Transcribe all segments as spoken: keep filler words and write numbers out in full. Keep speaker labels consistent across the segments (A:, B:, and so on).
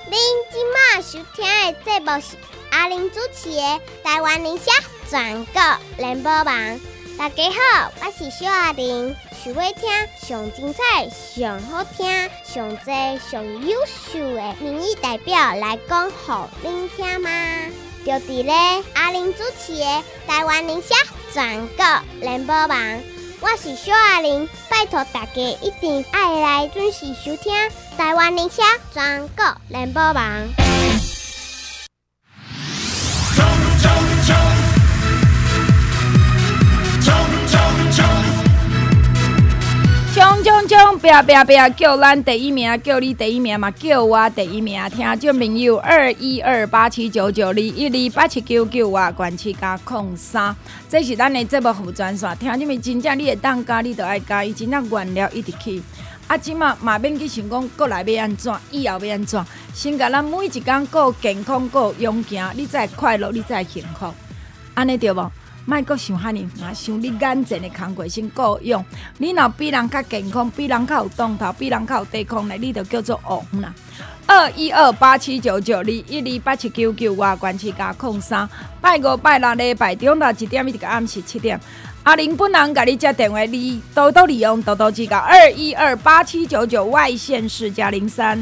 A: 您今麦收听的节目是阿玲主持的《台湾理想全国联播网》。大家好，我是小阿玲。想要听上精彩、上好听、上多、上优秀的民意代表来讲给您听吗？就伫咧阿玲主持的《台湾理想全国联播网》。我是小阿玲，拜托大家一定要来准时收听台湾理想全国联播网。
B: 冲冲冲！冲冲冲！
C: 冲冲冲！拼拼拼！叫咱第一名，叫你第一名嘛，叫我第一名。听众朋友，二一二八七九九二一二八七九九我关七加空三，这是咱的节目副专线。听众们，真正你会当加，你就爱加，伊真正原料一直去。啊，即马嘛免去想讲，过来要安怎，以后要安怎，先甲咱每一天过健康，过勇行，你才会快乐，你才会幸福，安尼对无？莫阁想遐尼，若想你眼前的工课先顾用。你若比人较健康，比人较有动头，比人较有抵抗力，你就叫做王啦。二一二八七九九二一二八七九九我关七加空三，拜五拜六礼拜中昼一点一直到暗时七点。阿玲本人甲你接电话，你多多利用，多多指教。二一二八七九九外线是加零三。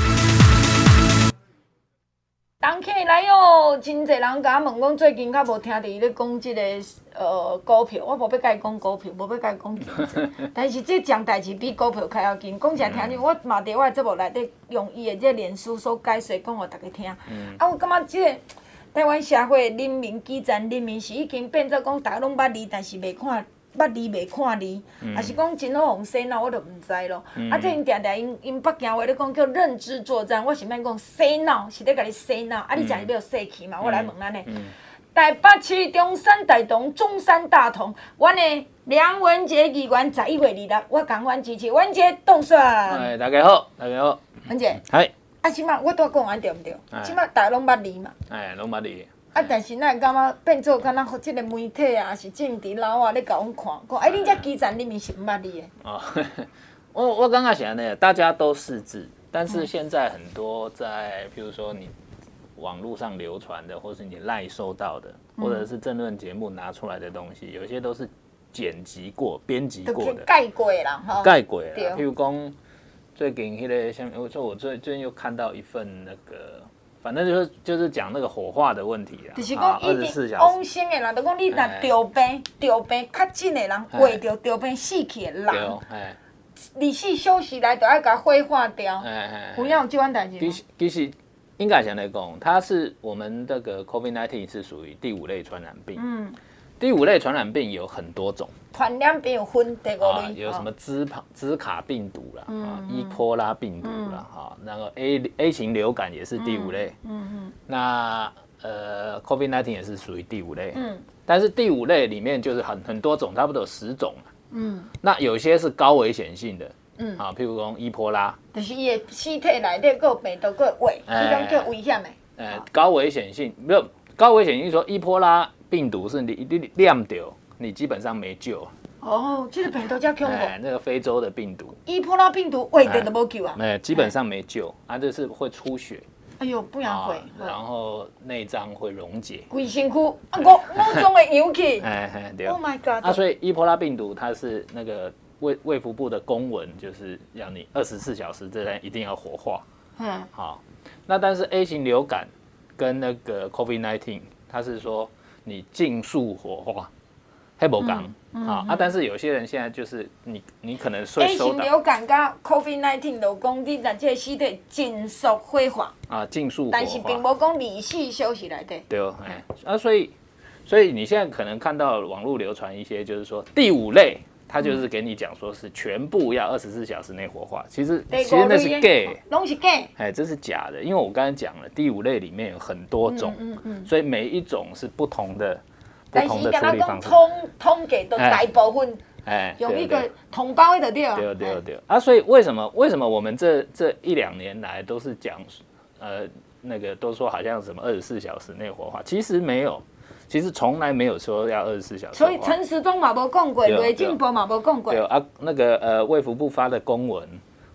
C: 人起来哦，真侪人甲我问讲，最近较无听到伊咧讲即个呃股票，我无要甲伊讲股票，无要甲伊讲经济，但是这件代志比股票较要紧。讲起来听你，我嘛伫我的节目内底用伊的这脸书所解说，讲互大家听。嗯、啊，我感觉即、这个台湾社会人民基层人民是已经变做讲，大家拢捌字，但是袂看。捌字袂看字，还、嗯、是讲真好用洗脑，我就毋知咯。嗯、啊，这因定定因因北京话咧讲叫认知作战，我是免讲洗脑，是咧甲你洗脑。啊，你食要洗去嘛？我来问咱咧。嗯、台北市中山大同、中山大同，阮的梁文杰议员十一月二六，我共阮支持文杰当选。
D: 哎，大家好，大家好。
C: 文杰。
D: 嗨。
C: 啊，即马我拄讲完对毋对？即马大家拢捌字嘛。
D: 哎，拢捌字。
C: 啊！但是，咱会感觉变做敢若即个媒体啊，是政治老啊，咧甲阮看，讲哎，恁遮基层人民是毋捌字的。
D: 哦，我我刚刚想呢，大家都识字，但是现在很多在，譬如说你网络上流传的，或是你赖收到的，或者是政论节目拿出来的东西，有些都是剪辑过、编辑过的，
C: 盖过啦，哈，
D: 盖过啦。譬如讲，最近迄个像，我说我最最近又看到一份那个。反正就是就是讲那个火化的问题啦，
C: 就是讲一定往生的人，就讲你若着病着病确诊的人，为着着病死去的人，二四小时内就要甲火化掉。有影有这款代志？
D: 其实其实应该先来讲，它是我们这个 COVID 十九 是属于第五类传染病。嗯，第五类传染病有很多种。
C: 传染病有分第五类、啊，
D: 有什么兹兹卡病毒啦，嗯、啊，伊波拉病毒啦，哈、嗯，那个 A A 型流感也是第五类，嗯嗯，那呃 COVID 十九 也是属于第五类，嗯，但是第五类里面就是很很多种，差不多有十种，嗯，那有些是高危险性的，嗯，啊，譬如讲伊波拉，
C: 就是伊的尸体内底个病毒个胃，迄种叫危险的，
D: 呃，高危险性没有高危险性说伊波拉病毒是你你念到。你基本上没救
C: 哦，这个病毒叫恐怖。
D: 哎，那个非洲的病毒，
C: 伊波拉病毒，胃的都无救啊。
D: 哎，基本上没救啊，就是会出血。
C: 哎呦，不然会。
D: 然后内脏会溶解。
C: 规身躯啊，我某种会扭起。
D: 哎哎，对。
C: Oh my god！
D: 啊，所以伊波拉病毒它是那个卫卫福部的公文，就是让你二十四小时之内一定要活化。嗯。好，那但是 A 型流感跟那个 COVID 十九，它是说你尽速活化。黑无讲啊啊！但是有些人现在就是你，你可能会收到
C: A 型流感加 COVID 十九就讲你若这个尸体尽速火化
D: 啊，尽速火化，
C: 但是并无讲二十四小时内底。
D: 对哦，哎啊，所以所以你现在可能看到网络流传一些，就是说第五类，它就是给你讲说是全部要二十四小时内火化，其实其实那是 gay，
C: 拢是 gay，
D: 哎，这是假的，因为我刚才讲了，第五类里面有很多种，嗯嗯嗯，所以每一种是不同的。
C: 但是，敢若讲统统计都大部分，哎，用一个统包的对。
D: 对对对啊！所以为什么为什么我们这这一两年来都是讲，呃，那个都说好像什么二十四小时内火化，其实没有，其实从来没有说要二十四小时。
C: 所以陈时中嘛无讲过，雷进波嘛无讲过。
D: 对啊，那个呃卫福部发的公文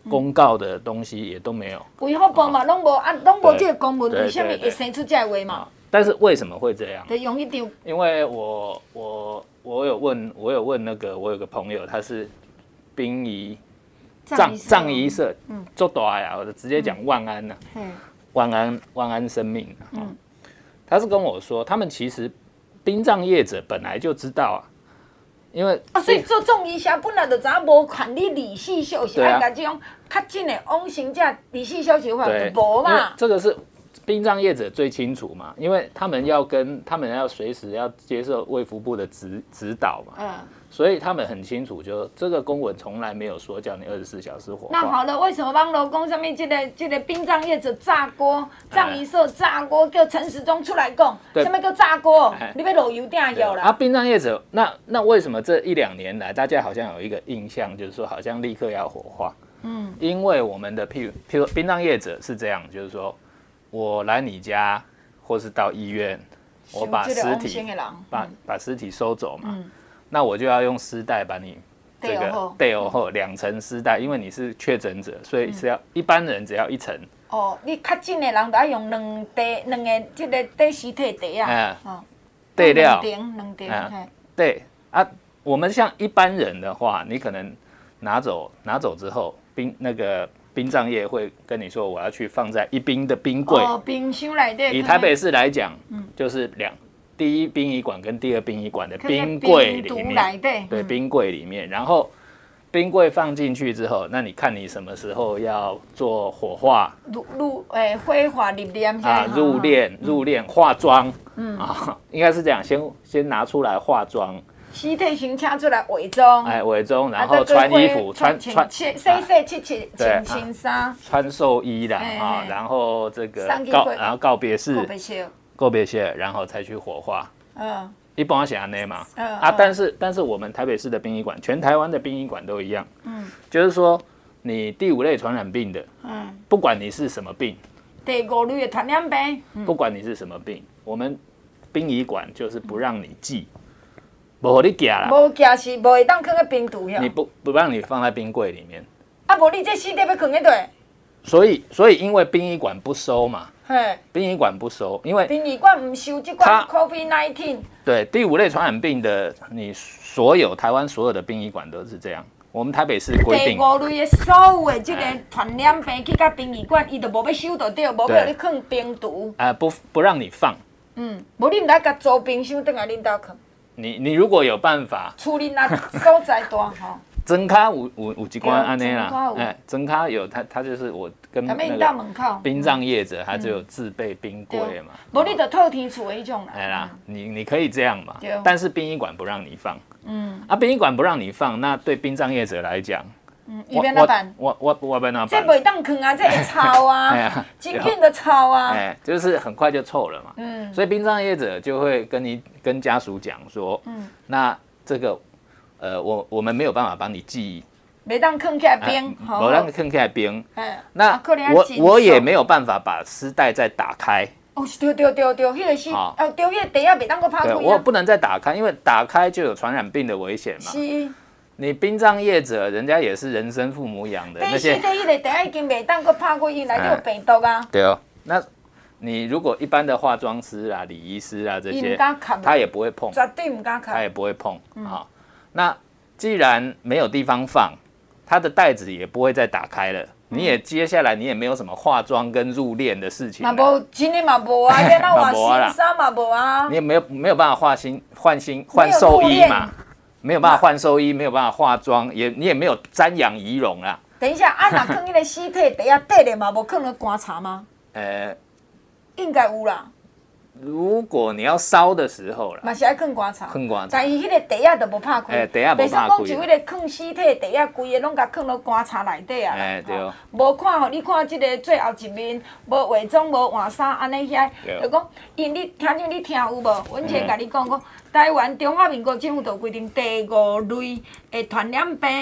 D: 公告的东西也都没有。
C: 卫福部嘛，拢无啊，拢无这个公文，为什么会生出这个话嘛？
D: 但是为什么会这样？
C: 就用一张。
D: 因为我我我有问，我有问那个，我有个朋友，他是殡仪葬葬仪社，嗯，做大呀，我就直接讲万安呐、啊，嗯、万安万安生命、啊，嗯，他是跟我说，他们其实殡葬业者本来就知道啊。因为
C: 啊，所以做葬仪社本来就知影无权你离世休息，啊，甲这种较真的往生者离世休息法就无嘛。
D: 这个是殡葬业者最清楚嘛，因为他们要跟他们要随时要接受卫福部的指指导嘛。嗯。所以他们很清楚就，就这个公文从来没有说叫你二十四小时火化。
C: 那好了，为什么网络讲上面这个这个殡葬业者炸锅，葬仪社炸锅，叫陈时中出来讲，什么叫炸锅？你要落油鼎要啦。
D: 啊，殡葬业者，那那为什么这一两年来，大家好像有一个印象，就是说好像立刻要火化？嗯，因为我们的譬如譬如殡葬业者是这样，就是说我来你家，或是到医院，我把尸体把把尸体收走嘛。嗯，那我就要用丝带把你这个带后两层丝带，因为你是确诊者，所以是要、嗯、一般人只要一层。
C: 哦，你较真的人就要用两袋两个这个带尸体袋啊，哦，
D: 带料
C: 两两两
D: 啊，对啊，我们像一般人的话，你可能拿走拿走之后，殡那个殡葬业会跟你说，我要去放在一冰的冰柜。
C: 哦，冰箱内底。
D: 以台北市来讲，嗯，就是两。第一殡仪馆跟第二殡仪馆的冰柜里面，对，冰柜里面，然后冰柜放进去之后，那你看你什么时候要做火化？
C: 入入诶，火化入殓
D: 啊，入殓入殓化妆，嗯啊，应该是这样，先先拿出来化妆，
C: 尸体先请出来伪装，
D: 哎，伪装，然后穿衣服，穿穿
C: 洗洗切切穿新衫，
D: 穿寿衣的啊，然后这个告，然后告别式。告别式，然后才去火化。嗯，一般是安内嘛。嗯啊，但是但是我们台北市的殡仪馆，全台湾的殡仪馆都一样。嗯，就是说你第五类传染病的，嗯，不管你是什么病，
C: 第五类的传染病，
D: 嗯、不管你是什么病，我们殡仪馆就是不让你寄，无你寄啦。
C: 无寄是无会当放在冰橱遐。
D: 你不不让你放在冰柜里面。
C: 啊，无你这尸体要放喺度。
D: 所以所以因为殡仪馆不收嘛。殡仪馆不收，因为
C: 殡仪馆不收这款 COVID 十九。
D: 对，第五类传染病的，你所有台湾所有的殡仪馆都是这样。我们台北市规定，
C: 第五类的所有的这个传染病去到殡仪馆，伊就无要收到掉，无要你放冰毒。
D: 啊、呃，不不让你放。
C: 嗯，无你唔来甲租冰箱等下恁兜放。
D: 你你如果有办法，
C: 处理那所在大吼。
D: 真咖有有有一关安尼啦，哎，真咖有他他就是我跟那个殡葬业者，他就有自备冰柜嘛。
C: 无你就透天厝迄种啦。
D: 哎啦，你你可以这样嘛，但是殡仪馆不让你放。嗯。啊，殡仪馆不让你放，那对殡葬业者来讲，
C: 嗯，伊要哪办？
D: 我我我要哪办？
C: 这袂当放啊，这会臭啊，哎呀，真紧就臭啊。
D: 哎，就是很快就臭了嘛。嗯。所以殡葬业者就会跟你跟家属讲说，嗯，那这个。呃，我我们没有办法帮你寄，
C: 没当坑起来冰，
D: 没当坑起来冰。那我我也没有办法把丝带再打开。
C: 哦，对对对对，迄个是，哦，对，迄个底下没当个拍开。
D: 我不能再打开，因为打开就有传染病的危险嘛。是。你殡葬业者，人家也是人生父母养的，那些。
C: 但是迄个底下已经没当个拍开，伊内底有病毒啊。
D: 对哦，那你如果一般的化妆师啊、礼仪师啊这些，他也不会碰，
C: 绝对唔敢看，
D: 他也不会碰啊。那既然没有地方放，它的袋子也不会再打开了。你也接下来你也没有什么化妆跟入殓的事情。
C: 嘛无，今年嘛无啊，今那换新衫嘛无啊。
D: 你也没有没有办法换新换新换寿衣嘛，没有办法换寿衣，没有办法化妆，也你也没有瞻仰仪容啦。
C: 等一下，啊，那放那个尸体底下底咧嘛，无放了观察吗？呃，应该有啦。
D: 如果你要烧的时候啦，
C: 嘛是爱放棺材，
D: 放棺材，
C: 但是迄个地下都无拍开，
D: 哎，地下无拍开，
C: 袂使讲就迄个放尸体地下规个拢甲放到棺材内底啊，
D: 哎对，
C: 无看吼，你看即个最后一面，无伪装，无换衫，安尼遐，就讲，因你听见你听有无？阮先甲你讲讲，台湾中华民国政府就规定第五类的传染病，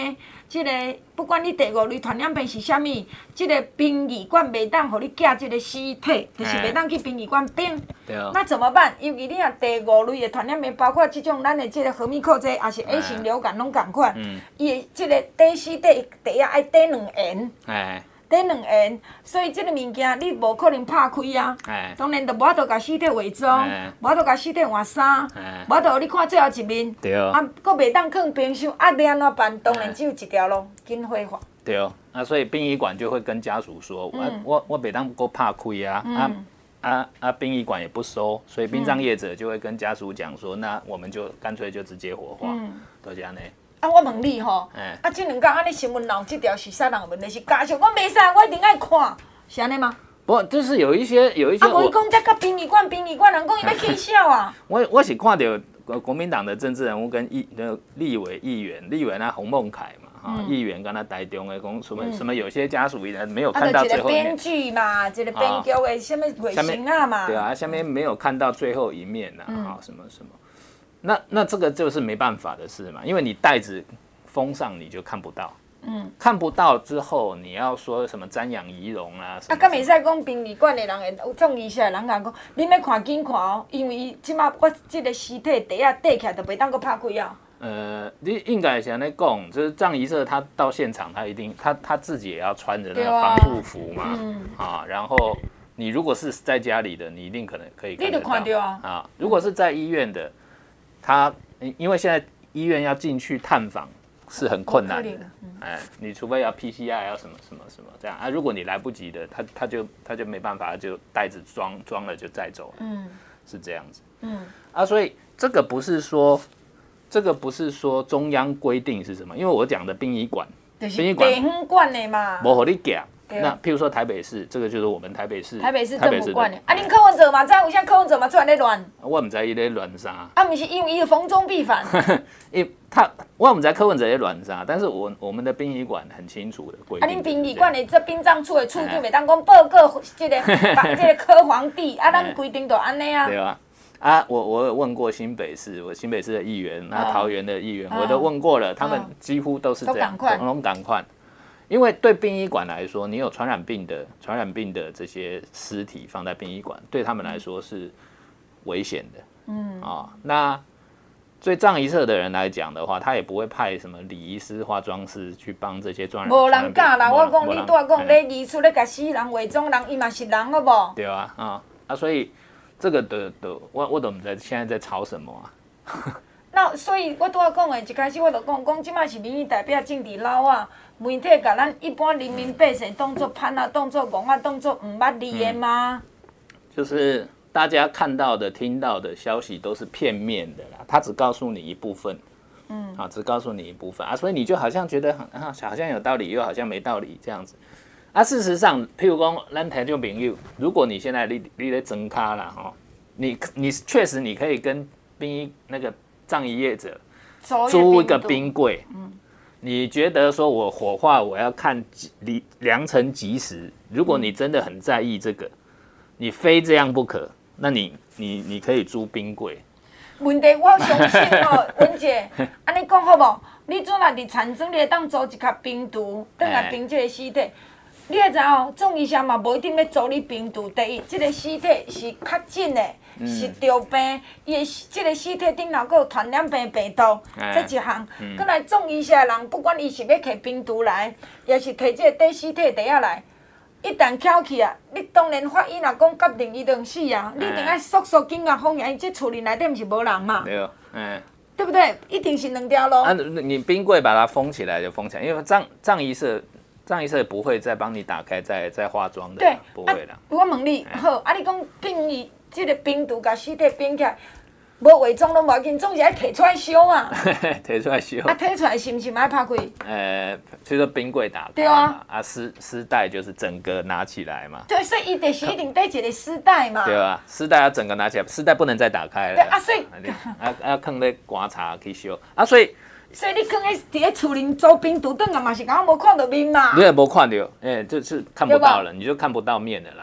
C: 即、这个不管你第五类传染病是啥物，即、这个殡仪馆袂当互你寄即个尸体，就是袂当去殡仪馆冰。
D: 对哦。
C: 那怎么办？尤其你若第五类的传染病，包括即种咱的即个河米克这，也是 A 型流感拢共款。嗯。伊的即个底尸体第一爱底两元。哎。底两元，所以即个物件你无可能拍开啊。哎。当然，就无法度甲尸体伪装，无法度甲尸体换衫，无法度你看最后一面。对。啊，搁袂当放冰箱，啊，你安怎办？当然只有一条路，紧火化。对哦，啊，所以殡仪馆就会跟家属说，我我我袂当搁拍开啊，啊啊啊，殡仪馆也不收，所以殡葬业者就会跟家属讲说，那我们就干脆就直接火化，都是安尼。啊，我问你吼，啊，即两天安尼新闻闹即条是啥人的问题？是家属，我袂使，我一定爱看，是安尼吗？不，就是有一些有一些。啊，无伊讲这个殡仪馆，殡仪馆人讲伊要起笑啊。我我是看到国民党的政治人物跟议的立委议员，立委那洪孟凯嘛，哈、嗯，议员跟他台中的讲什么、嗯、什么，有些家属人没有看到最后一面。啊，一个编剧嘛，一个编剧的什么卫星啊嘛。对啊，下面没有看到最后一面呐、啊，哈、嗯，什么什么。那那这个就是没办法的事嘛，因为你袋子封上你就看不到，嗯，看不到之后你要说什么瞻仰仪容啊，啊，敢袂使讲殡仪馆的人会有种仪式的人讲讲，恁要看紧看哦，因为即马我即个尸体底啊底起来就袂当搁拍开啊。呃，你应该是安尼讲，就是葬仪社他到现场，他一定他他自己也要穿着那个防护服嘛，啊, 嗯、啊，然后你如果是在家里的，你一定可能可以看得到，你就看到啊，啊，如果是在医院的。他因为现在医院要进去探访是很困难的，嗯、哎，你除非要 P C R 要什么什么什么这样啊，如果你来不及的，他他就他就没办法，就袋子装装了就载走了，嗯，是这样子，嗯，啊，所以这个不是说这个不是说中央规定是什么，因为我讲的殡仪馆，殡仪馆地方管的嘛，无给你夹。那譬如说台北市，这个就是我们台北市，台北市政府管的。啊，恁柯文哲嘛，知有啥柯文哲嘛出来咧乱？我唔知伊咧乱啥。啊，不是因为伊逢中必反。因他我唔知柯文哲咧乱啥，但是我我们的殡仪馆很清楚的规定。啊，恁殡仪馆的这殡葬处的处长袂当讲报告这个这个柯皇帝，啊，咱规定就安尼啊。对啊。啊，我我有问过新北市，我新北市的议员，那桃园的议员，我都问过了，他们几乎都是这样，拢赶快。因为对殡仪馆来说，你有传染病的传染病的这些尸体放在殡仪馆，对他们来说是危险的。嗯啊、哦，那对葬仪社的人来讲的话，他也不会派什么礼仪师、化妆师去帮这些传染。无人敢啦，我讲你拄仔讲咧仪出咧甲死人伪装人，伊嘛是人好无？对啊，啊、哦、啊，所以这个的的，我我都唔知现在在吵什么啊。那所以我拄仔讲的，一开始我就讲讲，即摆是民意代表政治老啊。媒体把咱一般人民百姓当作潘啊，当作戆啊，当作唔捌字的吗？就是大家看到的、听到的消息都是片面的啦，他只告诉你一部分，嗯，啊，只告诉你一部分啊，所以你就好像觉得啊，好像有道理，又好像没道理这样子。啊，事实上，譬如讲，咱台中朋友，如果你现在你你在增咖啦，哈，你你确实你可以跟殡仪那个葬仪业者租一个冰柜，嗯。你觉得说我火化我要看良辰吉时，如果你真的很在意这个，你非这样不可，那你你你可以租冰柜。问题我相信哦，文姐，安尼讲好无？你做若伫田庄，你会当租一卡冰厨，等下冰这个尸体。你会知哦，葬仪社嘛无一定要租你冰厨，第一，这个尸体是较紧的。嗯、是着病，伊的即个尸体顶头阁有传染病病毒，这一项。嗯、来葬仪社的人，不管伊是要摕冰毒来，也是摕即个底尸体底仔来，一旦翘起啊，你当然法医若讲决定伊就死啊，你一定爱速速紧甲封起，这厝里内底毋是无人嘛。对哦，嗯，对不对？一定是两条路。啊，你冰柜把它封起来就封起来，因为葬葬仪社。葬仪社不会再帮你打开再再化妆的，对，不会啦。啊、我问你，好，啊，你讲殡仪这个冰毒甲尸体冰起来，无伪装拢无要紧，总是爱摕出来烧啊。摕出来烧。啊，摕出来是毋是爱拍开？呃，就是说冰柜打开。对啊。啊，丝丝带就是整个拿起来嘛。对，所以伊就是一定得一个丝带嘛。对啊，丝带要整个拿起来，丝带不能再打开了。对啊，所以啊啊，放咧棺材去烧啊，所以。所以你放喺伫咧厝里做冰毒，等下嘛是刚刚无看到面嘛。你也无看到，哎、欸，就是看不到了，你就看不到面的啦。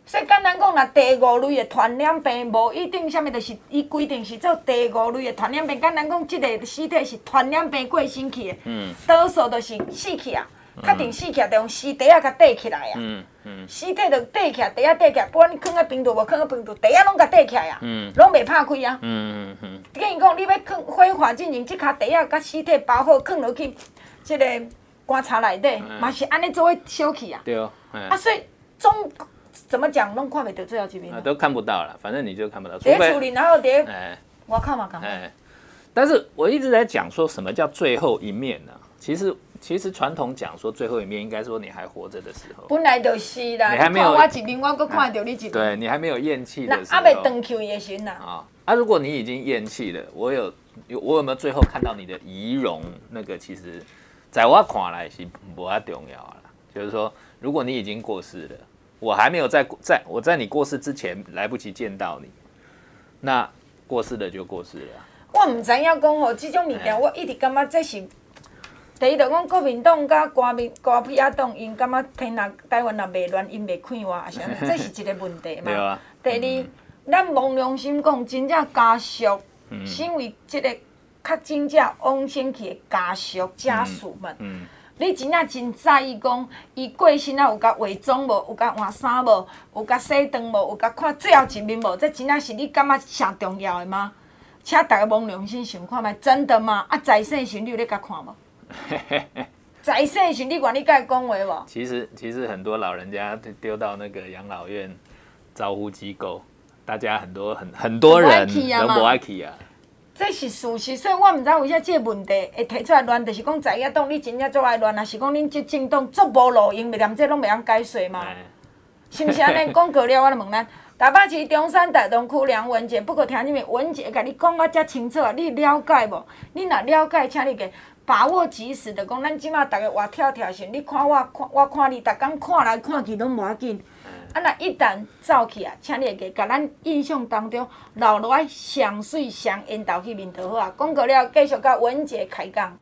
C: 所以简单讲，若第五类的传染病无一定啥物，就是伊规定是做第五类的传染病。简单讲，即个尸体是传染病过身去的，嗯，多数都是死去啊，确定死去就用尸体啊甲缀起来啊，嗯嗯，尸体就缀起来，地啊缀起来，不管你放在冰度无放在冰度，地啊拢甲缀起来啊，嗯，拢袂拍开啊，嗯嗯嗯。跟伊讲，你要放火化进行，即骹地啊甲尸体包好，放落去即个棺材内底，嘛是安尼做伙烧去啊，
D: 对哦，
C: 啊，所以总。怎么讲，拢看袂到最后一面、
D: 啊，都看不到了，反正你就看不到。
C: 除非处理，然后伫，哎，我靠嘛，
D: 哎，但是我一直在讲说什么叫最后一面呢、啊？其实，其实传统讲说最后一面，应该说你还活着的时候。
C: 本来就是啦，
D: 你还没有
C: 我一面，我搁看到你一面。
D: 对你还没有咽气的时候。
C: 那还未断气的时阵呐。
D: 啊，啊，如果你已经咽气了，我有，有我有没有最后看到你的仪容？那个其实，在我看来是不太重要啦。就是说，如果你已经过世了。我还没有在在我在你过世之前来不及见到你，那过世了就过世了。
C: 我唔知影讲吼，这种物件我一直感觉这是，第一就讲国民党甲国民国民党因感觉天若台湾若袂乱，因袂看我，啊啥物，这是一个问题嘛。
D: 对啊。
C: 第二，咱望良心讲，真正家属，嗯、身为这个较真正往生去的家属家属们。嗯嗯你真正真在意讲，伊过身啊有甲化妆无？有甲换衫无？有甲洗肠无？有甲看最后一面无？这真正是你感觉上重要的吗？请大家望良心想看觅，真的吗？啊，在世时你有咧甲看无？在世时你愿意甲伊讲话无？
D: 其实其实很多老人家丢到那个养老院照护机构，大家很多很很多人都不爱去啊。
C: 这是事实，所以我毋知为啥这个问题会提出来乱，就是讲在野党你真正做爱乱，还是讲恁这政党足无路用，袂连这拢袂晓解说嘛？是毋是安尼？讲过了，我来问咱，台北市中山大同区梁文杰，不过听你们文杰甲你讲啊遮清楚啊，你了解无？你若了解，请你个把握及时的讲，咱即马逐个活跳跳时，你看我看我看你，逐工看来看去拢无要紧。啊！若一旦走去啊，请你会甲咱印象当中留落来上水上缘投去面就好啊。讲过了，继续甲文杰开讲。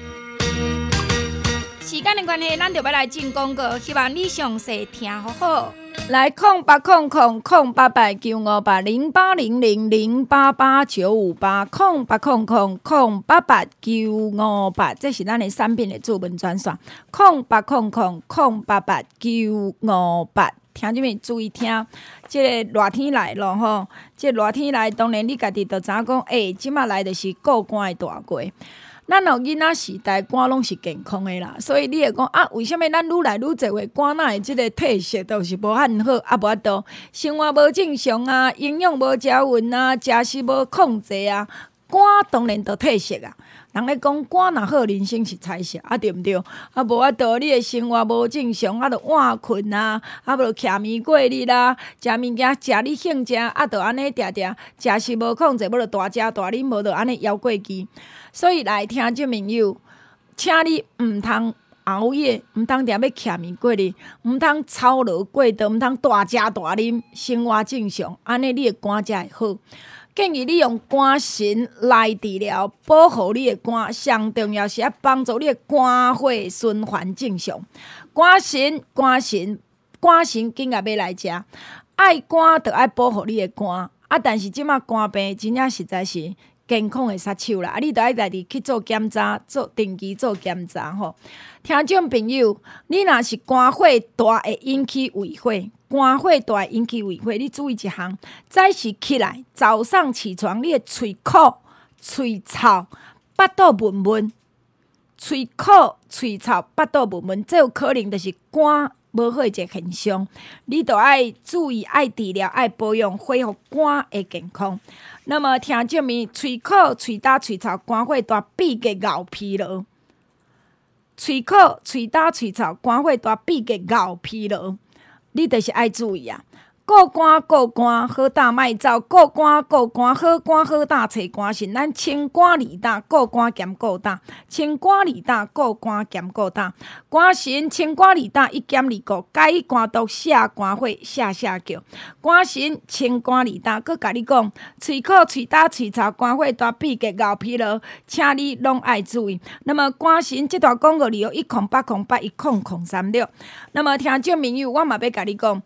E: 时间的关系，咱就要来进广告，希望你详细听好好。
C: 来，空八空空空八八九五八零八零零零八八九五八空八空空空八八九五八，这是咱的产品的主文专线。空八空空空八八九五八。听什么？注意听，即、这个热天来咯吼！即、这个热天来，当然你家己就知影讲，诶、欸，即马来就是过寒的大季。咱有囡仔时代肝拢是健康的啦，所以你会讲啊，为什么咱愈来愈侪话肝哪会即个体色都是无遐好，啊无法度生活无正常啊，营养无食匀啊，食食无控制啊，肝当然就体色啊。人咧讲肝若好，人生是彩色，啊对毋对？啊无法度，你的生活无正常，啊，着晚困啊，啊无徛眠过日啦，食物件食你兴食，啊，着安尼定定食食无控制，无着大食大啉，无着安尼夭过期。所以来听众朋友，请你毋通熬夜，毋通定要徛眠过日，毋通操劳过度，毋通大食大啉，生活正常，安尼你的肝才会好。建议你用肝神来治疗，保护你的肝，上重要是要帮助你的肝血循环正常。肝神，肝神，肝神紧也要来食，爱肝就爱保护你的肝。啊，但是即马肝病真正实在是健康的杀手啦！啊，你着爱家己去做检查，做定期做检查吼。听众朋友，你若是肝火大，会引起胃火。肝火大引起胃火，你注意一项，早时起来，早上起床，你的喙苦、喙臭、腹肚闷闷，喙苦、喙臭、腹肚闷闷，这有可能就是肝无好一个现象。你着爱注意，爱治疗，爱保养，恢复肝的健康。那么听证明，喙苦、喙焦、喙臭、肝火大，闭个熬疲劳。喙苦、喙焦、喙臭、肝火大，闭个熬疲劳。你著是爱注意啊！顾肝顾肝，好胆莫走；顾肝顾肝，好肝好胆找肝神。咱清肝利胆，顾肝兼顾胆；清肝利胆，顾肝兼顾胆。肝神清肝利胆，一兼二顾，解肝毒，下肝火，下下叫。肝神清肝利胆，佮甲你讲，喙苦、喙焦、喙臭、肝火大，闭结熬疲劳，请你拢爱注意。那么肝神这段广告里有一空八空八一空空三六。那么听众朋友，我嘛要甲你讲。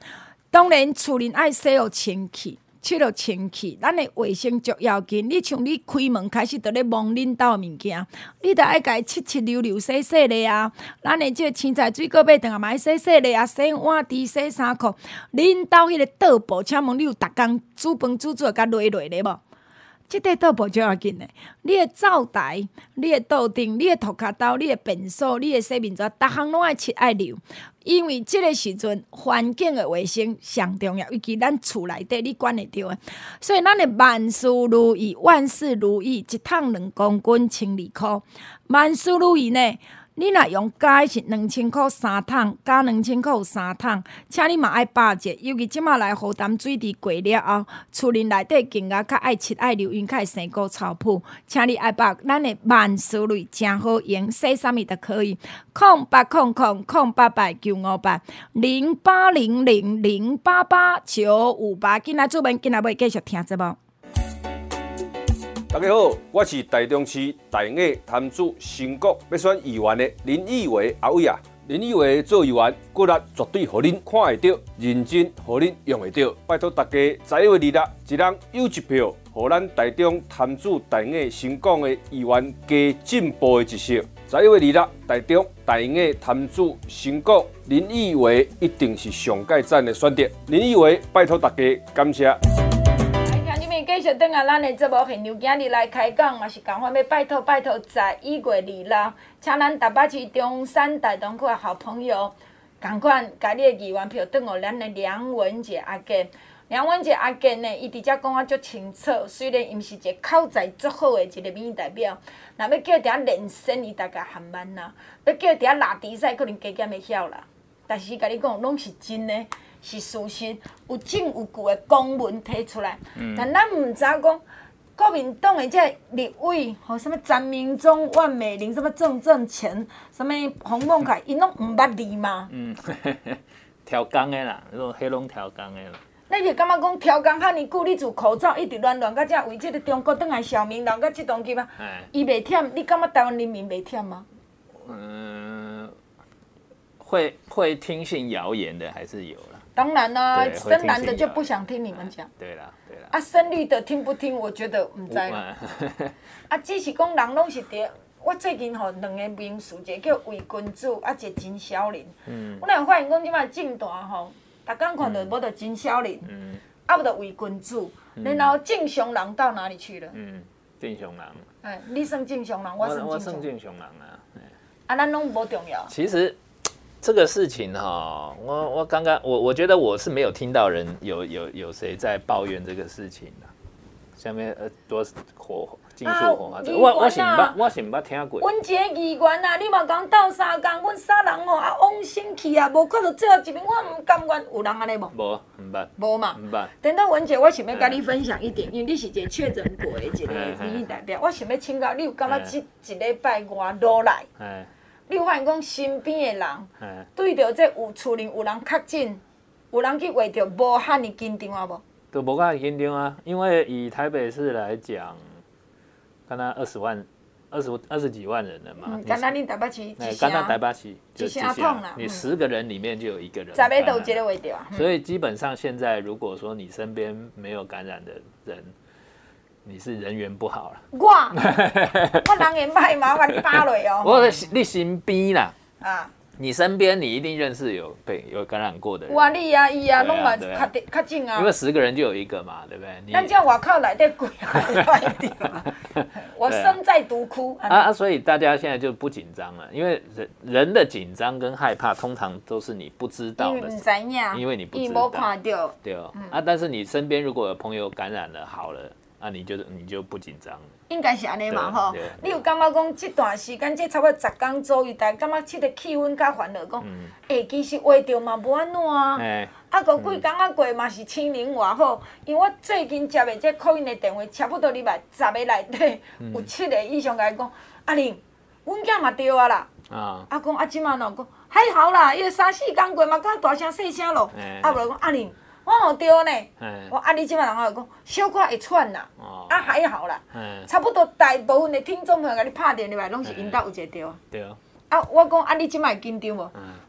C: 当然厝内爱洗互清气。拭落清气，咱的卫生足要紧。你像你开门开始就咧摸恁兜物件，你着爱家拭拭溜溜洗洗咧啊。咱的即个青菜水果买顿啊，嘛爱洗洗咧啊，洗碗池、洗衫裤。恁兜迄个桌布，请问你有逐工煮饭煮煮甲落落咧无？即块桌布足要紧的，你的灶台、你的桌顶、你的涂骹刀、你的便所、你的洗面纸，逐项拢爱拭爱溜。因为即个时阵环境的卫生上重要，尤其咱厝内底你管会着的，所以咱的万事如意，万事如意，一桶两公斤千二箍，万事如意呢？你若用加是两千箍三桶，加两千箍有三桶，请你嘛爱把握，尤其即马来雨淡水池过了后，厝林内底更加较爱拭爱流，因较会生菇草谱，请你爱把握咱的万事如意真好用，洗啥物都可以。空八空空空八八九五八零八零零零八八九五八，今仔主文今仔要继续听节目。
F: 大家好，我是台中市大雅潭子新国要选议员的林义伟阿伟啊。林义伟做议员，骨力绝对互恁看会到，认真互恁用会到。拜托大家十一月二日，一人有一票，互咱台中潭子大雅新港的议员加进步的一色。十一月二日，台中大雅潭子新港林义伟一定是上界赞的选择。林义伟，拜托大家，感谢。
C: 继续等下咱的节目现场，今日来开讲，嘛是共款要拜托拜托，十一月二日，请咱台北市中山大东区的好朋友，共款家你的议员票转互咱的梁文杰阿健。梁文杰阿健呢，伊伫遮讲啊足清楚，虽然伊毋是一个口才足好的一个民意代表，若要叫伫遐连胜，伊大概含慢啦；要叫伫遐拉比赛，可能加减会晓啦。但是甲你讲，拢是真的。是事实，有证有据的公文提出来，嗯、但咱毋知影讲国民党的这立委，吼什么詹明忠、万美玲，什么郑正乾，什么洪孟凯，因拢毋捌字嘛。嗯，
D: 调工的啦，迄种迄拢调工的啦。
C: 咱就感觉讲调工遐尼久，你自口罩一直乱乱，到遮为即个中国倒来小明人，到即当今啊，伊袂忝，你感觉台湾人民袂忝吗？嗯，
D: 会会听信谣言的还是有啦。
C: 当然啦、啊，深蓝的就不想听你们讲。
D: 对啦，对啦。
C: 啊，深绿的听不听，我觉得唔知。啊，只是讲人拢是伫。我最近吼两个名士，一个叫魏君子，啊，一个金小林。嗯。我若发现讲即摆政坛吼，逐工看到无着金小林，嗯，啊无着魏君子，嗯、然后正常人到哪里去了？嗯，
D: 正常人。
C: 哎，你算正常人，我算正常人。
D: 我算正常人啊。
C: 啊，咱拢无重要。
D: 其实。这个事情哈，我我刚刚我我觉得我是没有听到人有有有谁在抱怨这个事情的，下面呃多火金属火啊，我我是唔捌我是唔捌听过。
C: 阮一个议员啊，你嘛讲斗相共，阮三人吼啊往生去啊，无看到最后一面，我唔甘愿，有人安尼无？
D: 无，唔捌。
C: 无嘛？
D: 唔捌。
C: 等到文姐，我想要甲你分享一点，因为你是一个确诊过的一个民意代表，我想要请教你有感觉这一礼拜外落来？你有发现讲身边的人对着这有厝里有人确诊，有人去为着无遐尼紧张啊无？
D: 都无遐紧张啊，因为以台北市来讲，刚刚二十万、二十二十几万人了嘛。
C: 嗯，刚刚你台北市一城，
D: 刚刚台北市
C: 一城痛啦。
D: 你十个人里面就有一个人。
C: 十个都有一个会着啊。
D: 所以基本上现在，如果说你身边没有感染的人，你是人缘不好了。
C: 我，我人缘歹嘛，我把你扒落哦。
D: 我你身边啦，啊，你身边你一定认识有被有感染过的人。
C: 哇，你啊，伊啊，拢嘛较较近啊。
D: 因为十个人就有一个嘛，对不对？
C: 咱这外口内底鬼啊，我身在独窟。
D: 啊啊，所以大家现在就不紧张了，因为人人的紧张跟害怕，通常都是你不知道的，
C: 因为不知影，
D: 因为你不知道，
C: 伊无看到。
D: 对哦，啊，但是你身边如果有朋友感染了好了。啊，你就你就不紧张了，
C: 应该是安尼嘛吼。你有感觉讲这段时间，这差不多十天左右，大家感觉这个气氛较烦恼，讲，哎、嗯欸，其实话着嘛无安怎啊。欸、啊，个几天啊过嘛是清零偌好，因为我最近接的这口音的电话，差不多礼拜十个内底有七个以上甲伊讲，阿玲，阮囝嘛着啊啦。啊。啊讲啊，即马喏讲还好啦，伊三四天过嘛，敢大声细声咯。欸、啊，无讲阿玲。我有着呢，我啊，你即摆人啊讲小可会喘啦，啊还好啦，差不多大部分的听众朋友甲你拍电话来，拢是因兜有一个着。对啊。啊，我讲啊，你即摆紧张无？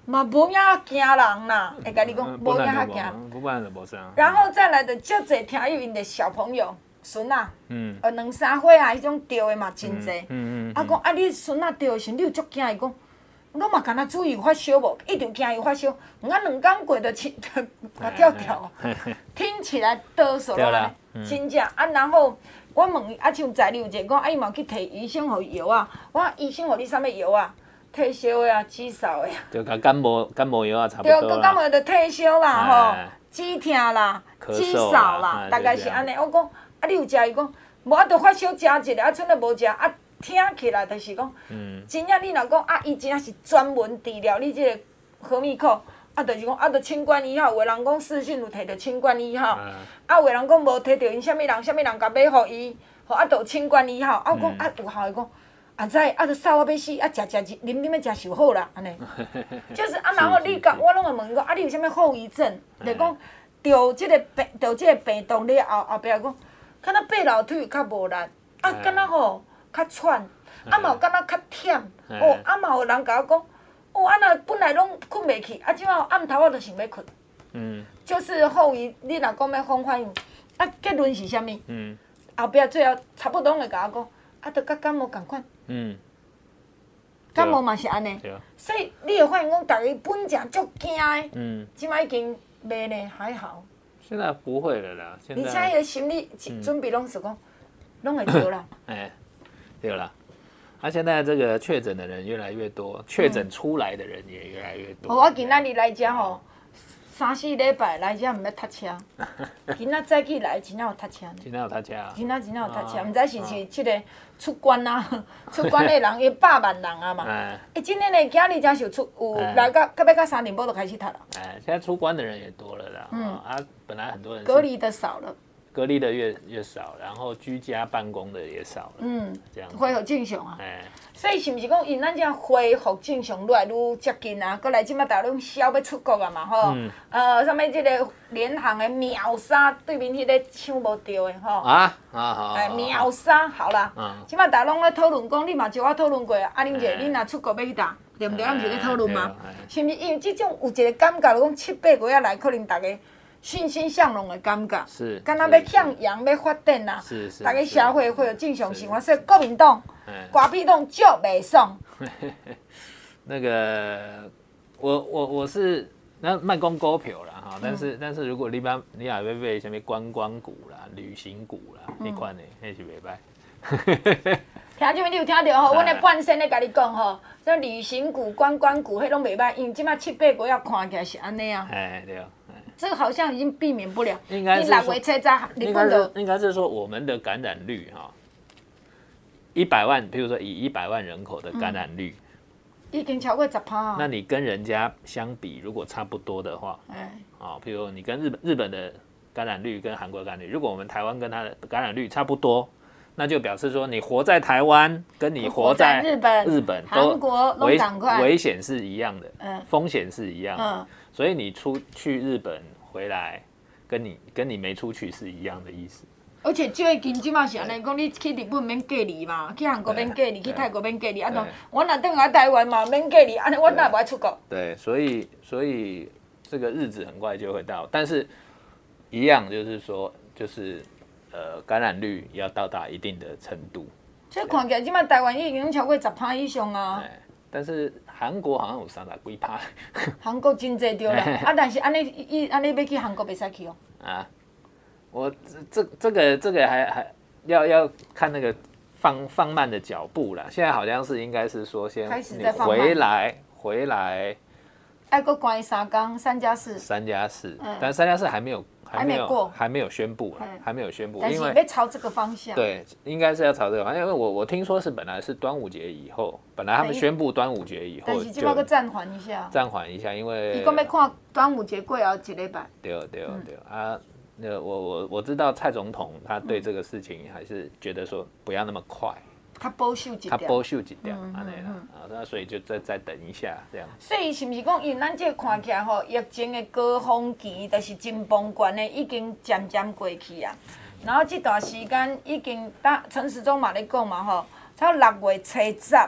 C: 嘛无影惊人啦，会甲你讲无影遐惊。
D: 不然就无啥。
C: 然后再来的足侪听友因的小朋友。孙仔，
D: 嗯，
C: 呃，两三岁啊，迄种着的嘛真侪。
D: 嗯嗯。
C: 啊，讲啊，你孙仔着的时，你有足惊伊讲，我嘛干那注意有发烧无，一直惊有发烧，我两工过就起，啊跳跳，听起来哆嗦了安尼，真正啊。然后我问伊，啊像在你有一个讲，啊伊嘛去摕医生互伊药啊，我医生互你啥物药啊？退烧的啊，止嗽的啊。
D: 就甲感冒感冒药啊差不多啦。
C: 对，佮感冒就退烧啦吼，止痛啦，止嗽啦，大概是安尼。我讲。啊！你有食？伊讲无，啊，着发烧食一个，啊，剩了无食，啊，听起来就是讲，嗯、真正你若讲啊，伊真正是专门治疗你即个何密克，啊，就是讲啊，着清冠一号，有个人讲视讯有摕着清冠一号，嗯、啊，有个人讲无摕着因啥物人啥物人甲买互伊，吼啊，着清冠一号，啊，讲啊有效的讲，啊知啊着扫我要死，啊食食啉啉要食就好啦，安尼，就是啊，然后你甲我拢会问伊讲，啊，你有啥物后遗症？就讲着即个病，着即个病毒了后后壁讲。敢若爬楼梯较无力，啊，敢若吼较喘，啊嘛有敢若较忝，哦，啊嘛有人甲我讲，哦，啊那本来拢困袂去，啊，即摆暗头我就想要困。嗯。就是后遗，你若讲要风反应，啊，结论是啥物？嗯。后壁最后差不多会甲我讲，啊，着甲感冒共款。嗯。感冒嘛是安尼。对。所以你会发现讲，逐个本正足惊的。嗯。即摆已经袂呢，还好。
D: 现在不会了啦，现在。
C: 你现在的心理准备拢是讲，拢会对啦。
D: 哎，对啦。啊，现在这个确诊的人越来越多，确诊出来的人也越来越多。
C: 我今仔日来遮吼，三四礼拜来遮毋要搭车，今仔早起来真正有搭车。
D: 真正有搭车啊！
C: 今仔真正有搭车，毋知是是即个出关啊，出关的人有百万人啊嘛。哎，今天呢，今日真是有出有来到，到要到三点半就开始读了。
D: 哎，现在出关的人也多了啦。嗯啊，本来很多人
C: 隔离的少了。
D: 隔离的越越少，然后居家办公的也少了，嗯，这样
C: 恢复正常啊。哎，所以是毋是讲因咱这恢复正常愈来愈接近啊？过来即摆大陆销要出国啊嘛吼，嗯、呃，啥物即个联航的秒杀对面迄个抢无着的吼。啊啊好。哎，秒杀好啦。嗯。即摆大陆咧讨论讲，你嘛就我讨论过啊，啊，恁姐，你若出国要去打，对毋对？咱毋是咧讨论吗？是毋是因为即种有一个感觉，讲七八个月来可能大家。欣欣向荣的感觉，是，敢若要向阳、要发展啦，是是，大家社会会有正常生活，所以国民党、国民党就袂爽。
D: 那个，我我我是那卖公股票啦哈，但是、嗯、但是如果你把你也要买什么观光股啦、旅行股啦，那款的那是袂歹。
C: 听这边你有听到吼？阮的半仙咧甲你讲吼，这旅行股、观光股，迄拢袂歹，因为即摆七八个月看起来是安尼啊。哎对。这个好像已经避免不了。
D: 应该是说，应该是应该是说我们的感染率哈，一百万，比如说以一百万人口的感染率，
C: 嗯、已经超过十趴。
D: 那你跟人家相比，如果差不多的话，哎，啊，譬如你跟日本日本的感染率跟韩国的感染率，如果我们台湾跟它的感染率差不多，那就表示说你活在台湾跟你活在日本、日本
C: 韩国危
D: 危险是一样的，嗯，风险是一样的。嗯，所以你出去日本回来，跟你跟你没出去是一样的意思。
C: 而且最近即马是安尼讲，你去日本免隔离嘛，去韩国免隔离，去泰国免隔离，啊，同我若转来台湾嘛免隔离，安尼我哪会出国？
D: 对，所以所以这个日子很快就会到，但是一样就是说，就是呃感染率要到达一定的程度。
C: 所以看起来即马台湾已经超过十趴以上啊。
D: 但是韩国好像有三十几趴。
C: 韩国真济对啦，啊，但是安尼伊安尼要去韩国袂使去哦。啊，
D: 我这这个这个还还要要看那个放放慢的脚步啦。现在好像是应该是说先你回来回来，
C: 爱搁关三天，三加四。
D: 三加四，但三加四还没有。还没有过，还没有宣布了，还没有宣布，
C: 但是要朝这个方向。
D: 对，应该是要朝这个方向，因为我我听说是本来是端午节以后，本来他们宣布端午节以后，
C: 但是今麦个暂缓一下。
D: 暂缓一下，因为。
C: 伊讲要看端午节过后一礼拜。
D: 对对对啊，那我我我知道蔡总统他对这个事情还是觉得说不要那么快。
C: 他保守一点，
D: 他保守一点，安尼啦，啊，那所以就再再等一下这样。
C: 所以是不是讲，因咱这看起来吼，疫情的高峰期，就是真崩悬的，已经渐渐过去啊。然后这段时间已经，打陈时中嘛咧讲嘛吼，到六月初十，